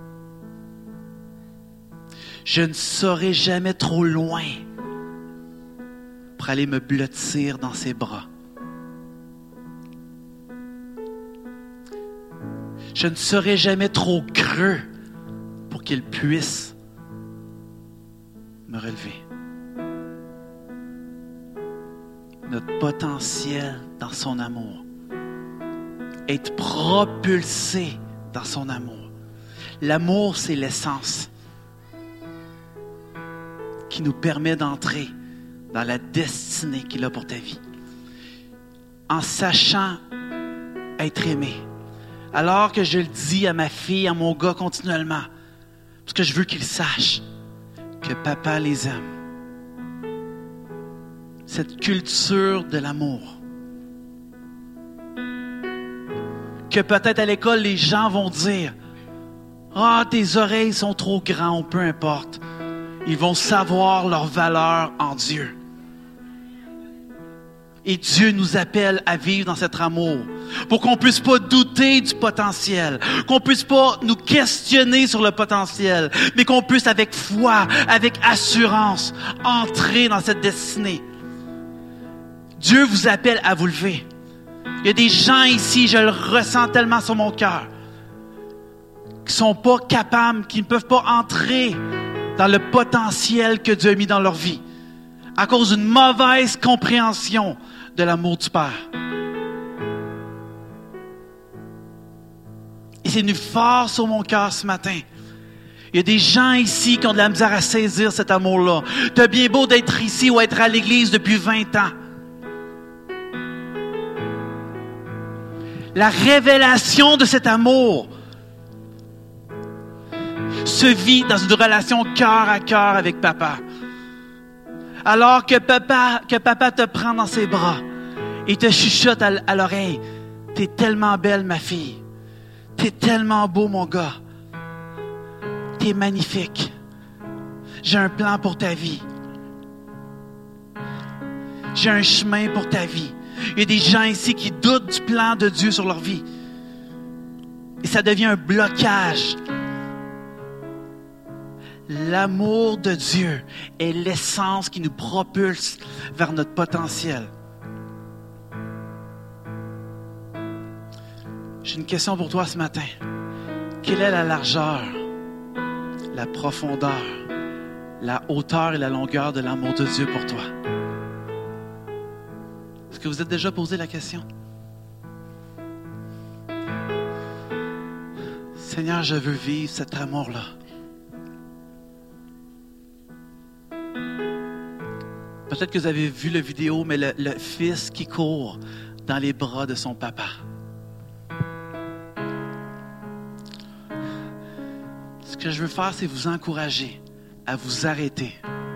Je ne serai jamais trop loin pour aller me blottir dans ses bras. Je ne serai jamais trop creux pour qu'il puisse me relever. Notre potentiel dans son amour, être propulsé dans son amour. L'amour, c'est l'essence qui nous permet d'entrer dans la destinée qu'il a pour ta vie. En sachant être aimé. Alors que je le dis à ma fille, à mon gars continuellement, parce que je veux qu'ils sachent que papa les aime. Cette culture de l'amour. Que peut-être à l'école, les gens vont dire « Ah, tes oreilles sont trop grandes, peu importe. » Ils vont savoir leur valeur en Dieu. Et Dieu nous appelle à vivre dans cet amour pour qu'on ne puisse pas douter du potentiel, qu'on ne puisse pas nous questionner sur le potentiel, mais qu'on puisse avec foi, avec assurance, entrer dans cette destinée. Dieu vous appelle à vous lever. Il y a des gens ici, je le ressens tellement sur mon cœur, qui ne sont pas capables, qui ne peuvent pas entrer dans le potentiel que Dieu a mis dans leur vie, à cause d'une mauvaise compréhension de l'amour du Père. Et c'est venu fort sur mon cœur ce matin. Il y a des gens ici qui ont de la misère à saisir cet amour-là. T'as bien beau d'être ici ou être à l'église depuis 20 ans. La révélation de cet amour se vit dans une relation cœur à cœur avec papa. Alors que papa te prend dans ses bras et te chuchote à l'oreille. T'es tellement belle, ma fille. T'es tellement beau, mon gars. T'es magnifique. J'ai un plan pour ta vie. J'ai un chemin pour ta vie. Il y a des gens ici qui doutent du plan de Dieu sur leur vie. Et ça devient un blocage. L'amour de Dieu est l'essence qui nous propulse vers notre potentiel. J'ai une question pour toi ce matin. Quelle est la largeur, la profondeur, la hauteur et la longueur de l'amour de Dieu pour toi? Est-ce que vous êtes déjà posé la question? Seigneur, je veux vivre cet amour-là. Peut-être que vous avez vu la vidéo, mais le fils qui court dans les bras de son papa. Ce que je veux faire, c'est vous encourager à vous arrêter,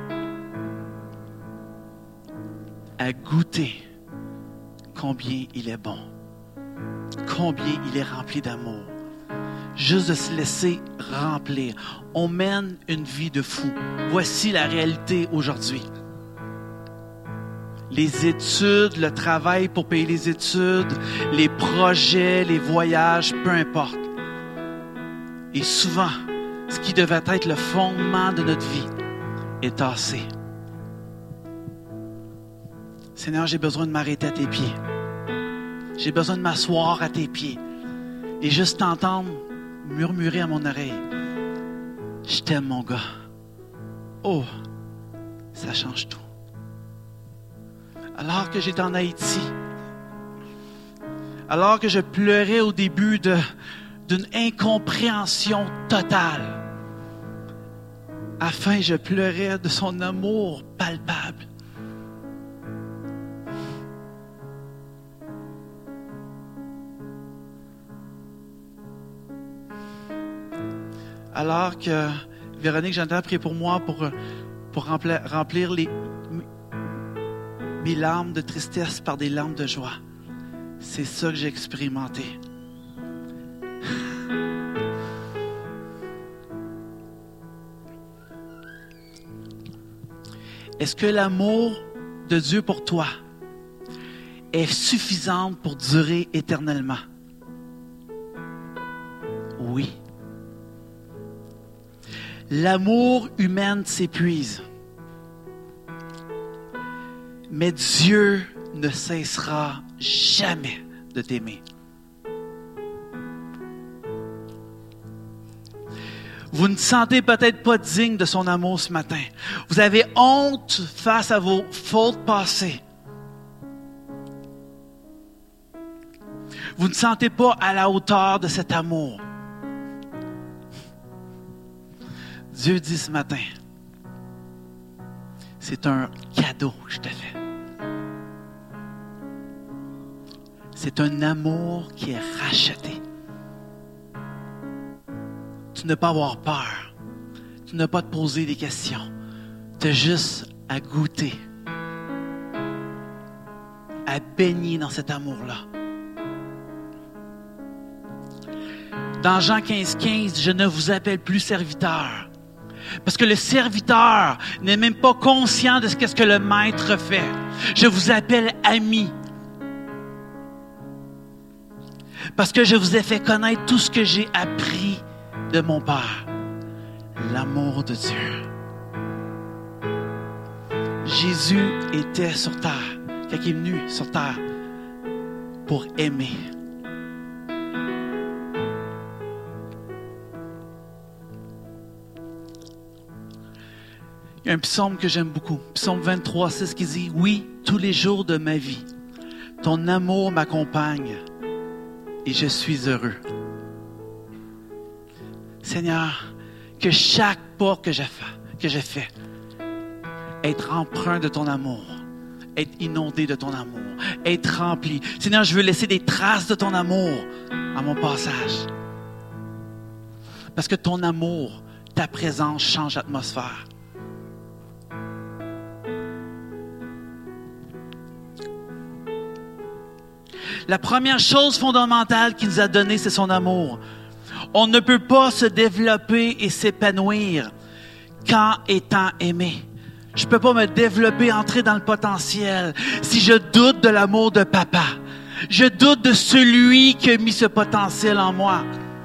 à goûter combien il est bon, combien il est rempli d'amour. Juste de se laisser remplir. On mène une vie de fou. Voici la réalité aujourd'hui. Les études, le travail pour payer les études, les projets, les voyages, peu importe. Et souvent, ce qui devait être le fondement de notre vie est tassé. Seigneur, j'ai besoin de m'arrêter à tes pieds. J'ai besoin de m'asseoir à tes pieds et juste t'entendre murmurer à mon oreille. Je t'aime, mon gars. Oh, ça change tout. Alors que j'étais en Haïti, alors que je pleurais au début d'une incompréhension totale, afin je pleurais de son amour palpable. Alors que Véronique, j'entends prier pour moi pour remplir mes larmes de tristesse par des larmes de joie. C'est ça que j'ai expérimenté. Est-ce que l'amour de Dieu pour toi est suffisant pour durer éternellement? Oui. L'amour humain s'épuise. Mais Dieu ne cessera jamais de t'aimer. Vous ne sentez peut-être pas digne de son amour ce matin. Vous avez honte face à vos fautes passées. Vous ne sentez pas à la hauteur de cet amour. Dieu dit ce matin, c'est un cadeau que je te fais. C'est un amour qui est racheté. Tu n'as pas à avoir peur. Tu n'as pas à te poser des questions. Tu as juste à goûter, à baigner dans cet amour-là. Dans Jean 15:15, je ne vous appelle plus serviteur. Parce que le serviteur n'est même pas conscient de ce que le maître fait. Je vous appelle ami. Parce que je vous ai fait connaître tout ce que j'ai appris de mon Père. L'amour de Dieu. Jésus était sur terre, quand il est venu sur terre, pour aimer. Il y a un psaume que j'aime beaucoup, psaume 23:6 qui dit « Oui, tous les jours de ma vie, ton amour m'accompagne et je suis heureux. » Seigneur, que chaque pas que je fais, être empreint de ton amour, être inondé de ton amour, être rempli. Seigneur, je veux laisser des traces de ton amour à mon passage. Parce que ton amour, ta présence change l'atmosphère. La première chose fondamentale qu'il nous a donnée, c'est son amour. On ne peut pas se développer et s'épanouir qu'en étant aimé. Je ne peux pas me développer, entrer dans le potentiel si je doute de l'amour de papa. Je doute de celui qui a mis ce potentiel en moi.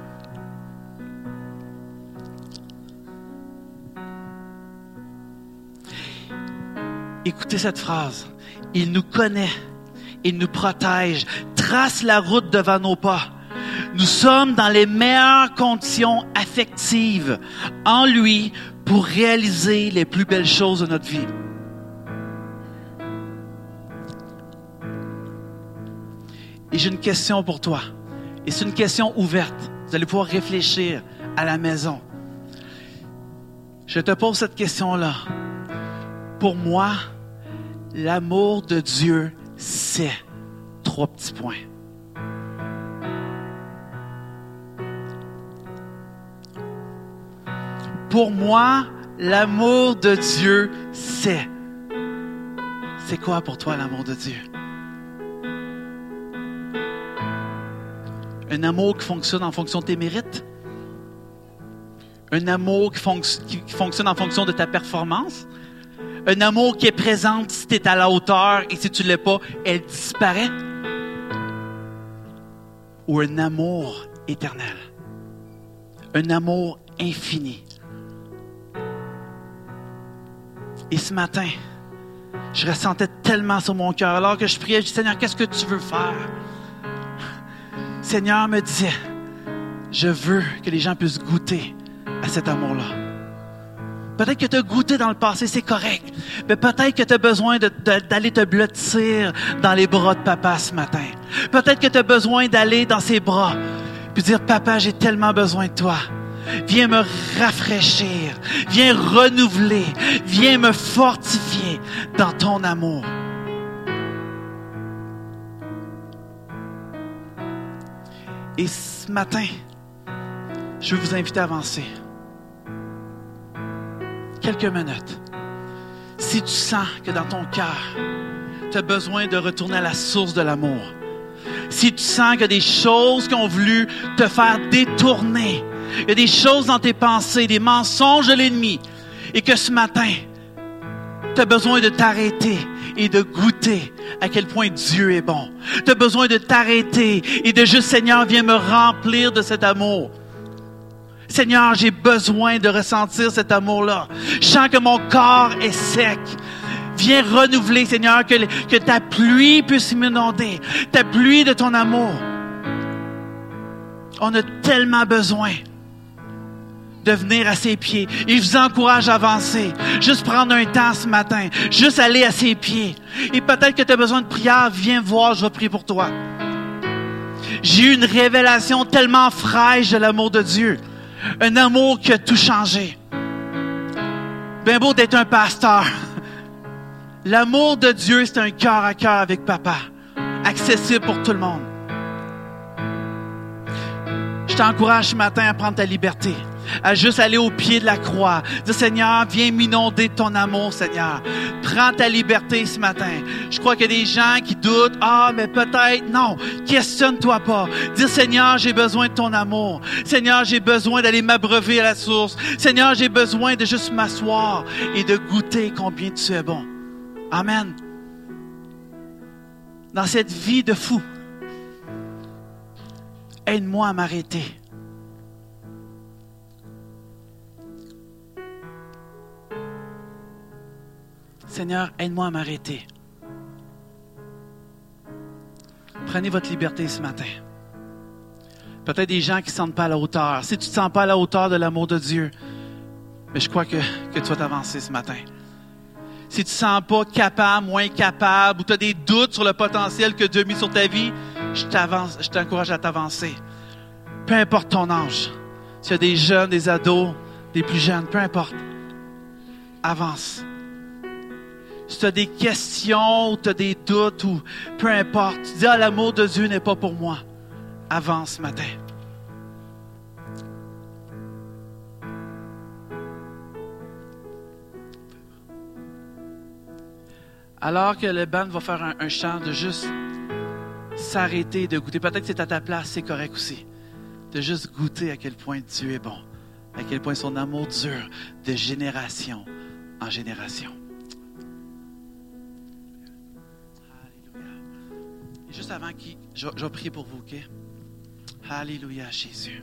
Écoutez cette phrase. Il nous connaît, il nous protège, trace la route devant nos pas. Nous sommes dans les meilleures conditions affectives en lui pour réaliser les plus belles choses de notre vie. Et j'ai une question pour toi. Et c'est une question ouverte. Vous allez pouvoir réfléchir à la maison. Je te pose cette question-là. Pour moi, l'amour de Dieu, c'est 3 petits points. Pour moi, l'amour de Dieu, c'est. C'est quoi pour toi l'amour de Dieu? Un amour qui fonctionne en fonction de tes mérites? Un amour qui fonctionne en fonction de ta performance? Un amour qui est présent si tu es à la hauteur et si tu ne l'es pas, elle disparaît? Ou un amour éternel? Un amour infini? Et ce matin, je ressentais tellement sur mon cœur. Alors que je priais, je dis, Seigneur, qu'est-ce que tu veux faire? Seigneur me disait, je veux que les gens puissent goûter à cet amour-là. Peut-être que tu as goûté dans le passé, c'est correct. Mais peut-être que tu as besoin d'aller te blottir dans les bras de papa ce matin. Peut-être que tu as besoin d'aller dans ses bras puis dire, papa, j'ai tellement besoin de toi. Viens me rafraîchir, viens renouveler, viens me fortifier dans ton amour. Et ce matin, je veux vous inviter à avancer. Quelques minutes. Si tu sens que dans ton cœur, tu as besoin de retourner à la source de l'amour. Si tu sens qu'il y a des choses qui ont voulu te faire détourner, il y a des choses dans tes pensées, des mensonges de l'ennemi, et que ce matin, tu as besoin de t'arrêter et de goûter à quel point Dieu est bon. Tu as besoin de t'arrêter et de juste, Seigneur, viens me remplir de cet amour. Seigneur, j'ai besoin de ressentir cet amour-là. Je sens que mon corps est sec. Viens renouveler, Seigneur, que ta pluie puisse m'inonder. Ta pluie de ton amour. On a tellement besoin de venir à ses pieds. Et je vous encourage à avancer. Juste prendre un temps ce matin. Juste aller à ses pieds. Et peut-être que tu as besoin de prière. Viens voir, je vais prier pour toi. J'ai eu une révélation tellement fraîche de l'amour de Dieu. Un amour qui a tout changé. Bien beau d'être un pasteur. L'amour de Dieu, c'est un cœur à cœur avec papa. Accessible pour tout le monde. Je t'encourage ce matin à prendre ta liberté. À juste aller au pied de la croix. Dire, Seigneur, viens m'inonder de ton amour, Seigneur. Prends ta liberté ce matin. Je crois qu'il y a des gens qui doutent. Ah, mais peut-être. Non, questionne-toi pas. Dis, Seigneur, j'ai besoin de ton amour. Seigneur, j'ai besoin d'aller m'abreuver à la source. Seigneur, j'ai besoin de juste m'asseoir et de goûter combien tu es bon. Amen. Dans cette vie de fou, aide-moi à m'arrêter. Seigneur, aide-moi à m'arrêter. Prenez votre liberté ce matin. Peut-être des gens qui ne se sentent pas à la hauteur. Si tu ne te sens pas à la hauteur de l'amour de Dieu, mais je crois que tu vas t'avancer ce matin. Si tu ne te sens pas capable, moins capable, ou tu as des doutes sur le potentiel que Dieu a mis sur ta vie, je t'encourage à t'avancer. Peu importe ton âge. S'il y a des jeunes, des ados, des plus jeunes, peu importe. Avance. Si tu as des questions, ou tu as des doutes, ou peu importe, tu dis, l'amour de Dieu n'est pas pour moi. Avance ce matin. Alors que le band va faire un chant de juste s'arrêter de goûter. Peut-être que c'est à ta place, c'est correct aussi. De juste goûter à quel point Dieu est bon. À quel point son amour dure de génération en génération. Alléluia. Et juste avant je vais prier pour vous, OK? Alléluia, Jésus.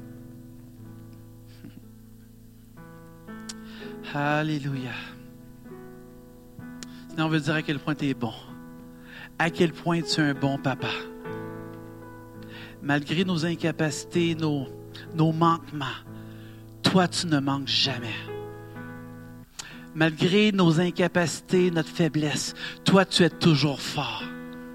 Alléluia. Sinon, on veut dire à quel point tu es bon. À quel point tu es un bon papa. Malgré nos incapacités, nos manquements, toi, tu ne manques jamais. Malgré nos incapacités, notre faiblesse, toi, tu es toujours fort.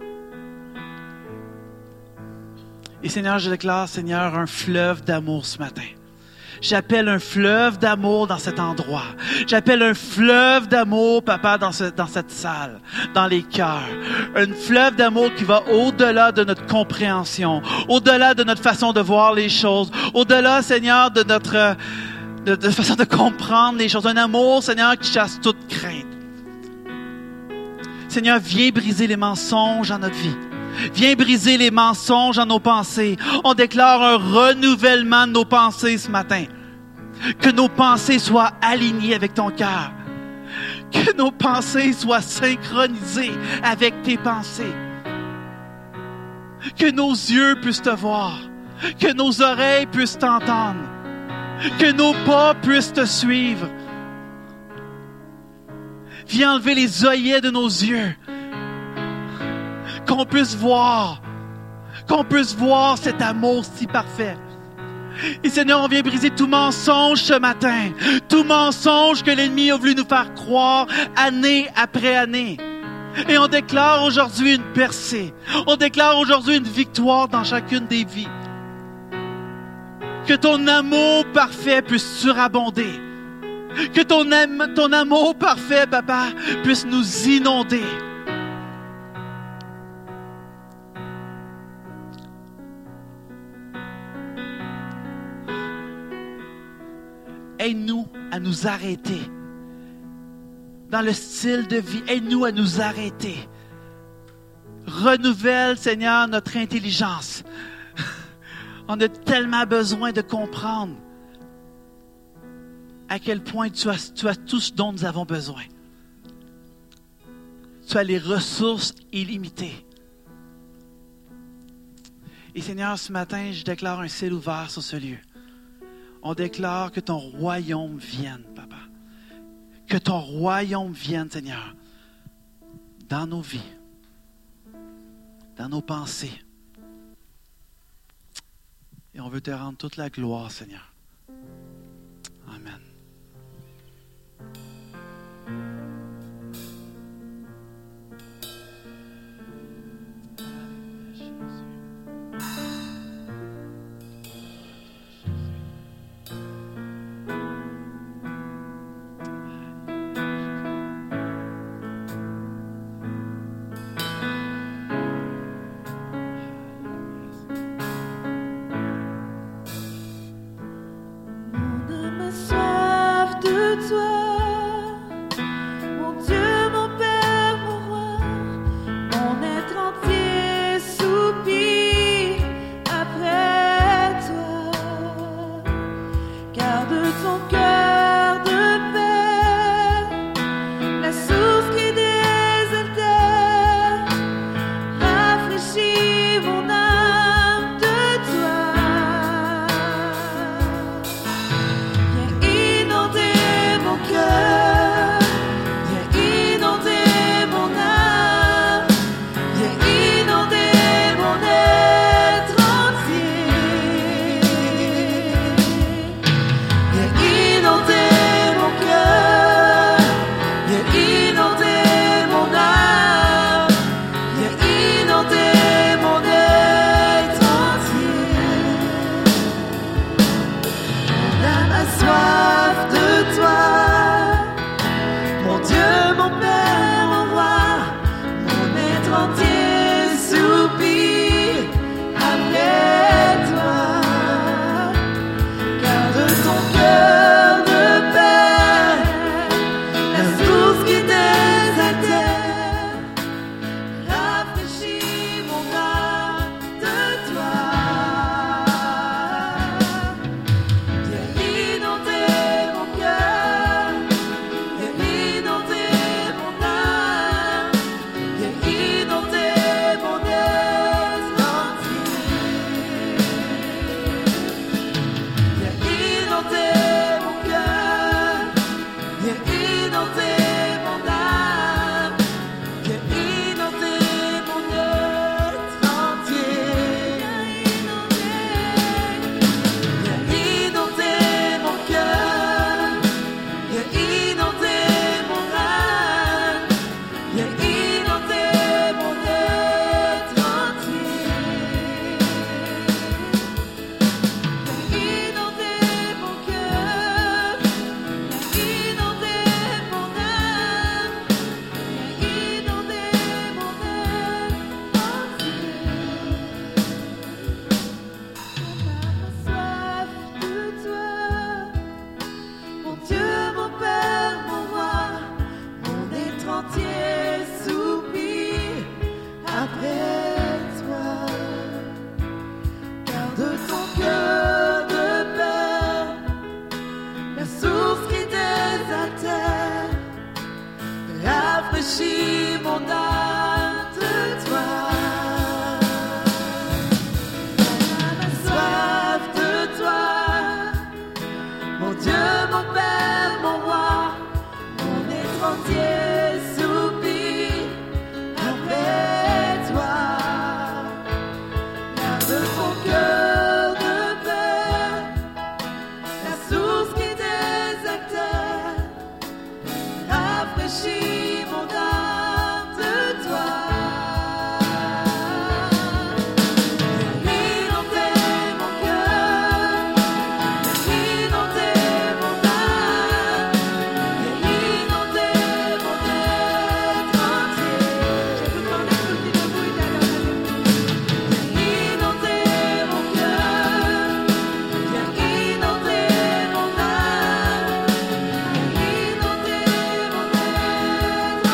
Et Seigneur, je déclare, Seigneur, un fleuve d'amour ce matin. J'appelle un fleuve d'amour dans cet endroit. J'appelle un fleuve d'amour, Papa, dans cette salle, dans les cœurs. Un fleuve d'amour qui va au-delà de notre compréhension, au-delà de notre façon de voir les choses, au-delà, Seigneur, de notre façon de comprendre les choses. Un amour, Seigneur, qui chasse toute crainte. Seigneur, viens briser les mensonges en notre vie. Viens briser les mensonges dans nos pensées. On déclare un renouvellement de nos pensées ce matin. Que nos pensées soient alignées avec ton cœur. Que nos pensées soient synchronisées avec tes pensées. Que nos yeux puissent te voir. Que nos oreilles puissent t'entendre. Que nos pas puissent te suivre. Viens enlever les œillets de nos yeux. Qu'on puisse voir cet amour si parfait. Et Seigneur, on vient briser tout mensonge ce matin, tout mensonge que l'ennemi a voulu nous faire croire année après année. Et on déclare aujourd'hui une percée, on déclare aujourd'hui une victoire dans chacune des vies. Que ton amour parfait puisse surabonder, que ton amour parfait, Papa, puisse nous inonder. Aide-nous à nous arrêter dans le style de vie. Aide-nous à nous arrêter. Renouvelle, Seigneur, notre intelligence. On a tellement besoin de comprendre à quel point tu as tout ce dont nous avons besoin. Tu as les ressources illimitées. Et Seigneur, ce matin, je déclare un ciel ouvert sur ce lieu. On déclare que ton royaume vienne, Papa. Que ton royaume vienne, Seigneur, dans nos vies, dans nos pensées. Et on veut te rendre toute la gloire, Seigneur. Amen. Mon cœur. entier soupire après toi. Garde ton cœur de paix, la source qui désatère, rafraîchit mon âme de toi. Soif de toi, mon Dieu, mon Père, mon roi, mon être entier soupire après toi. Garde ton cœur de paix, la source qui désactère, rafraîchit mon âme de toi. Inonder mon cœur, inonder mon âme, inonder mon être entier. Je vous demande tout qui debout et inonder mon cœur, viens inonder mon âme, inonder mon être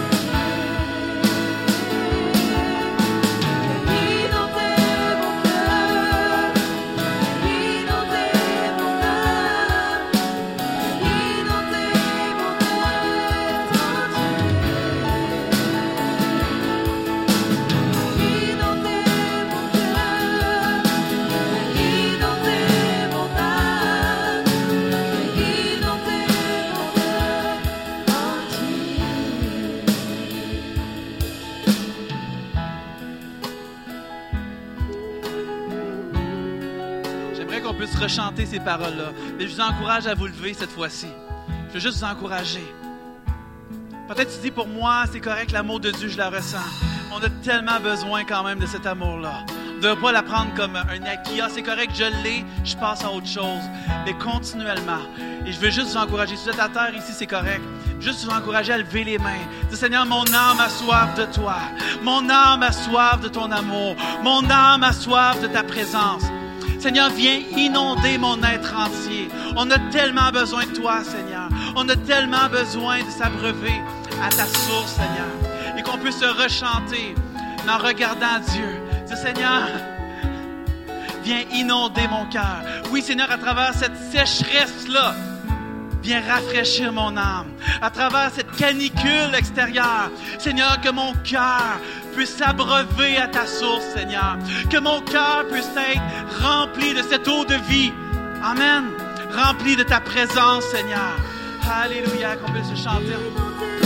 J'aimerais qu'on puisse rechanter ces paroles-là. Mais je vous encourage à vous lever cette fois-ci. Je veux juste vous encourager. Peut-être tu dis, pour moi, c'est correct, l'amour de Dieu, je la ressens. On a tellement besoin quand même de cet amour-là. De ne pas la prendre comme un acquis. Ah, c'est correct, je l'ai, je passe à autre chose. Mais continuellement. Et je veux juste vous encourager. Si vous êtes à terre ici, c'est correct. Juste vous encourager à lever les mains. Dis, Seigneur, mon âme a soif de toi. Mon âme a soif de ton amour. Mon âme a soif de ta présence. Seigneur, viens inonder mon être entier. On a tellement besoin de toi, Seigneur. On a tellement besoin de s'abreuver à ta source, Seigneur. Et qu'on puisse se rechanter en regardant Dieu. Dis, Seigneur, viens inonder mon cœur. Oui, Seigneur, à travers cette sécheresse-là, viens rafraîchir mon âme. À travers cette canicule extérieure, Seigneur, que mon cœur puisse s'abreuver à ta source, Seigneur. Que mon cœur puisse être rempli de cette eau de vie. Amen. Rempli de ta présence, Seigneur. Alléluia, qu'on puisse chanter.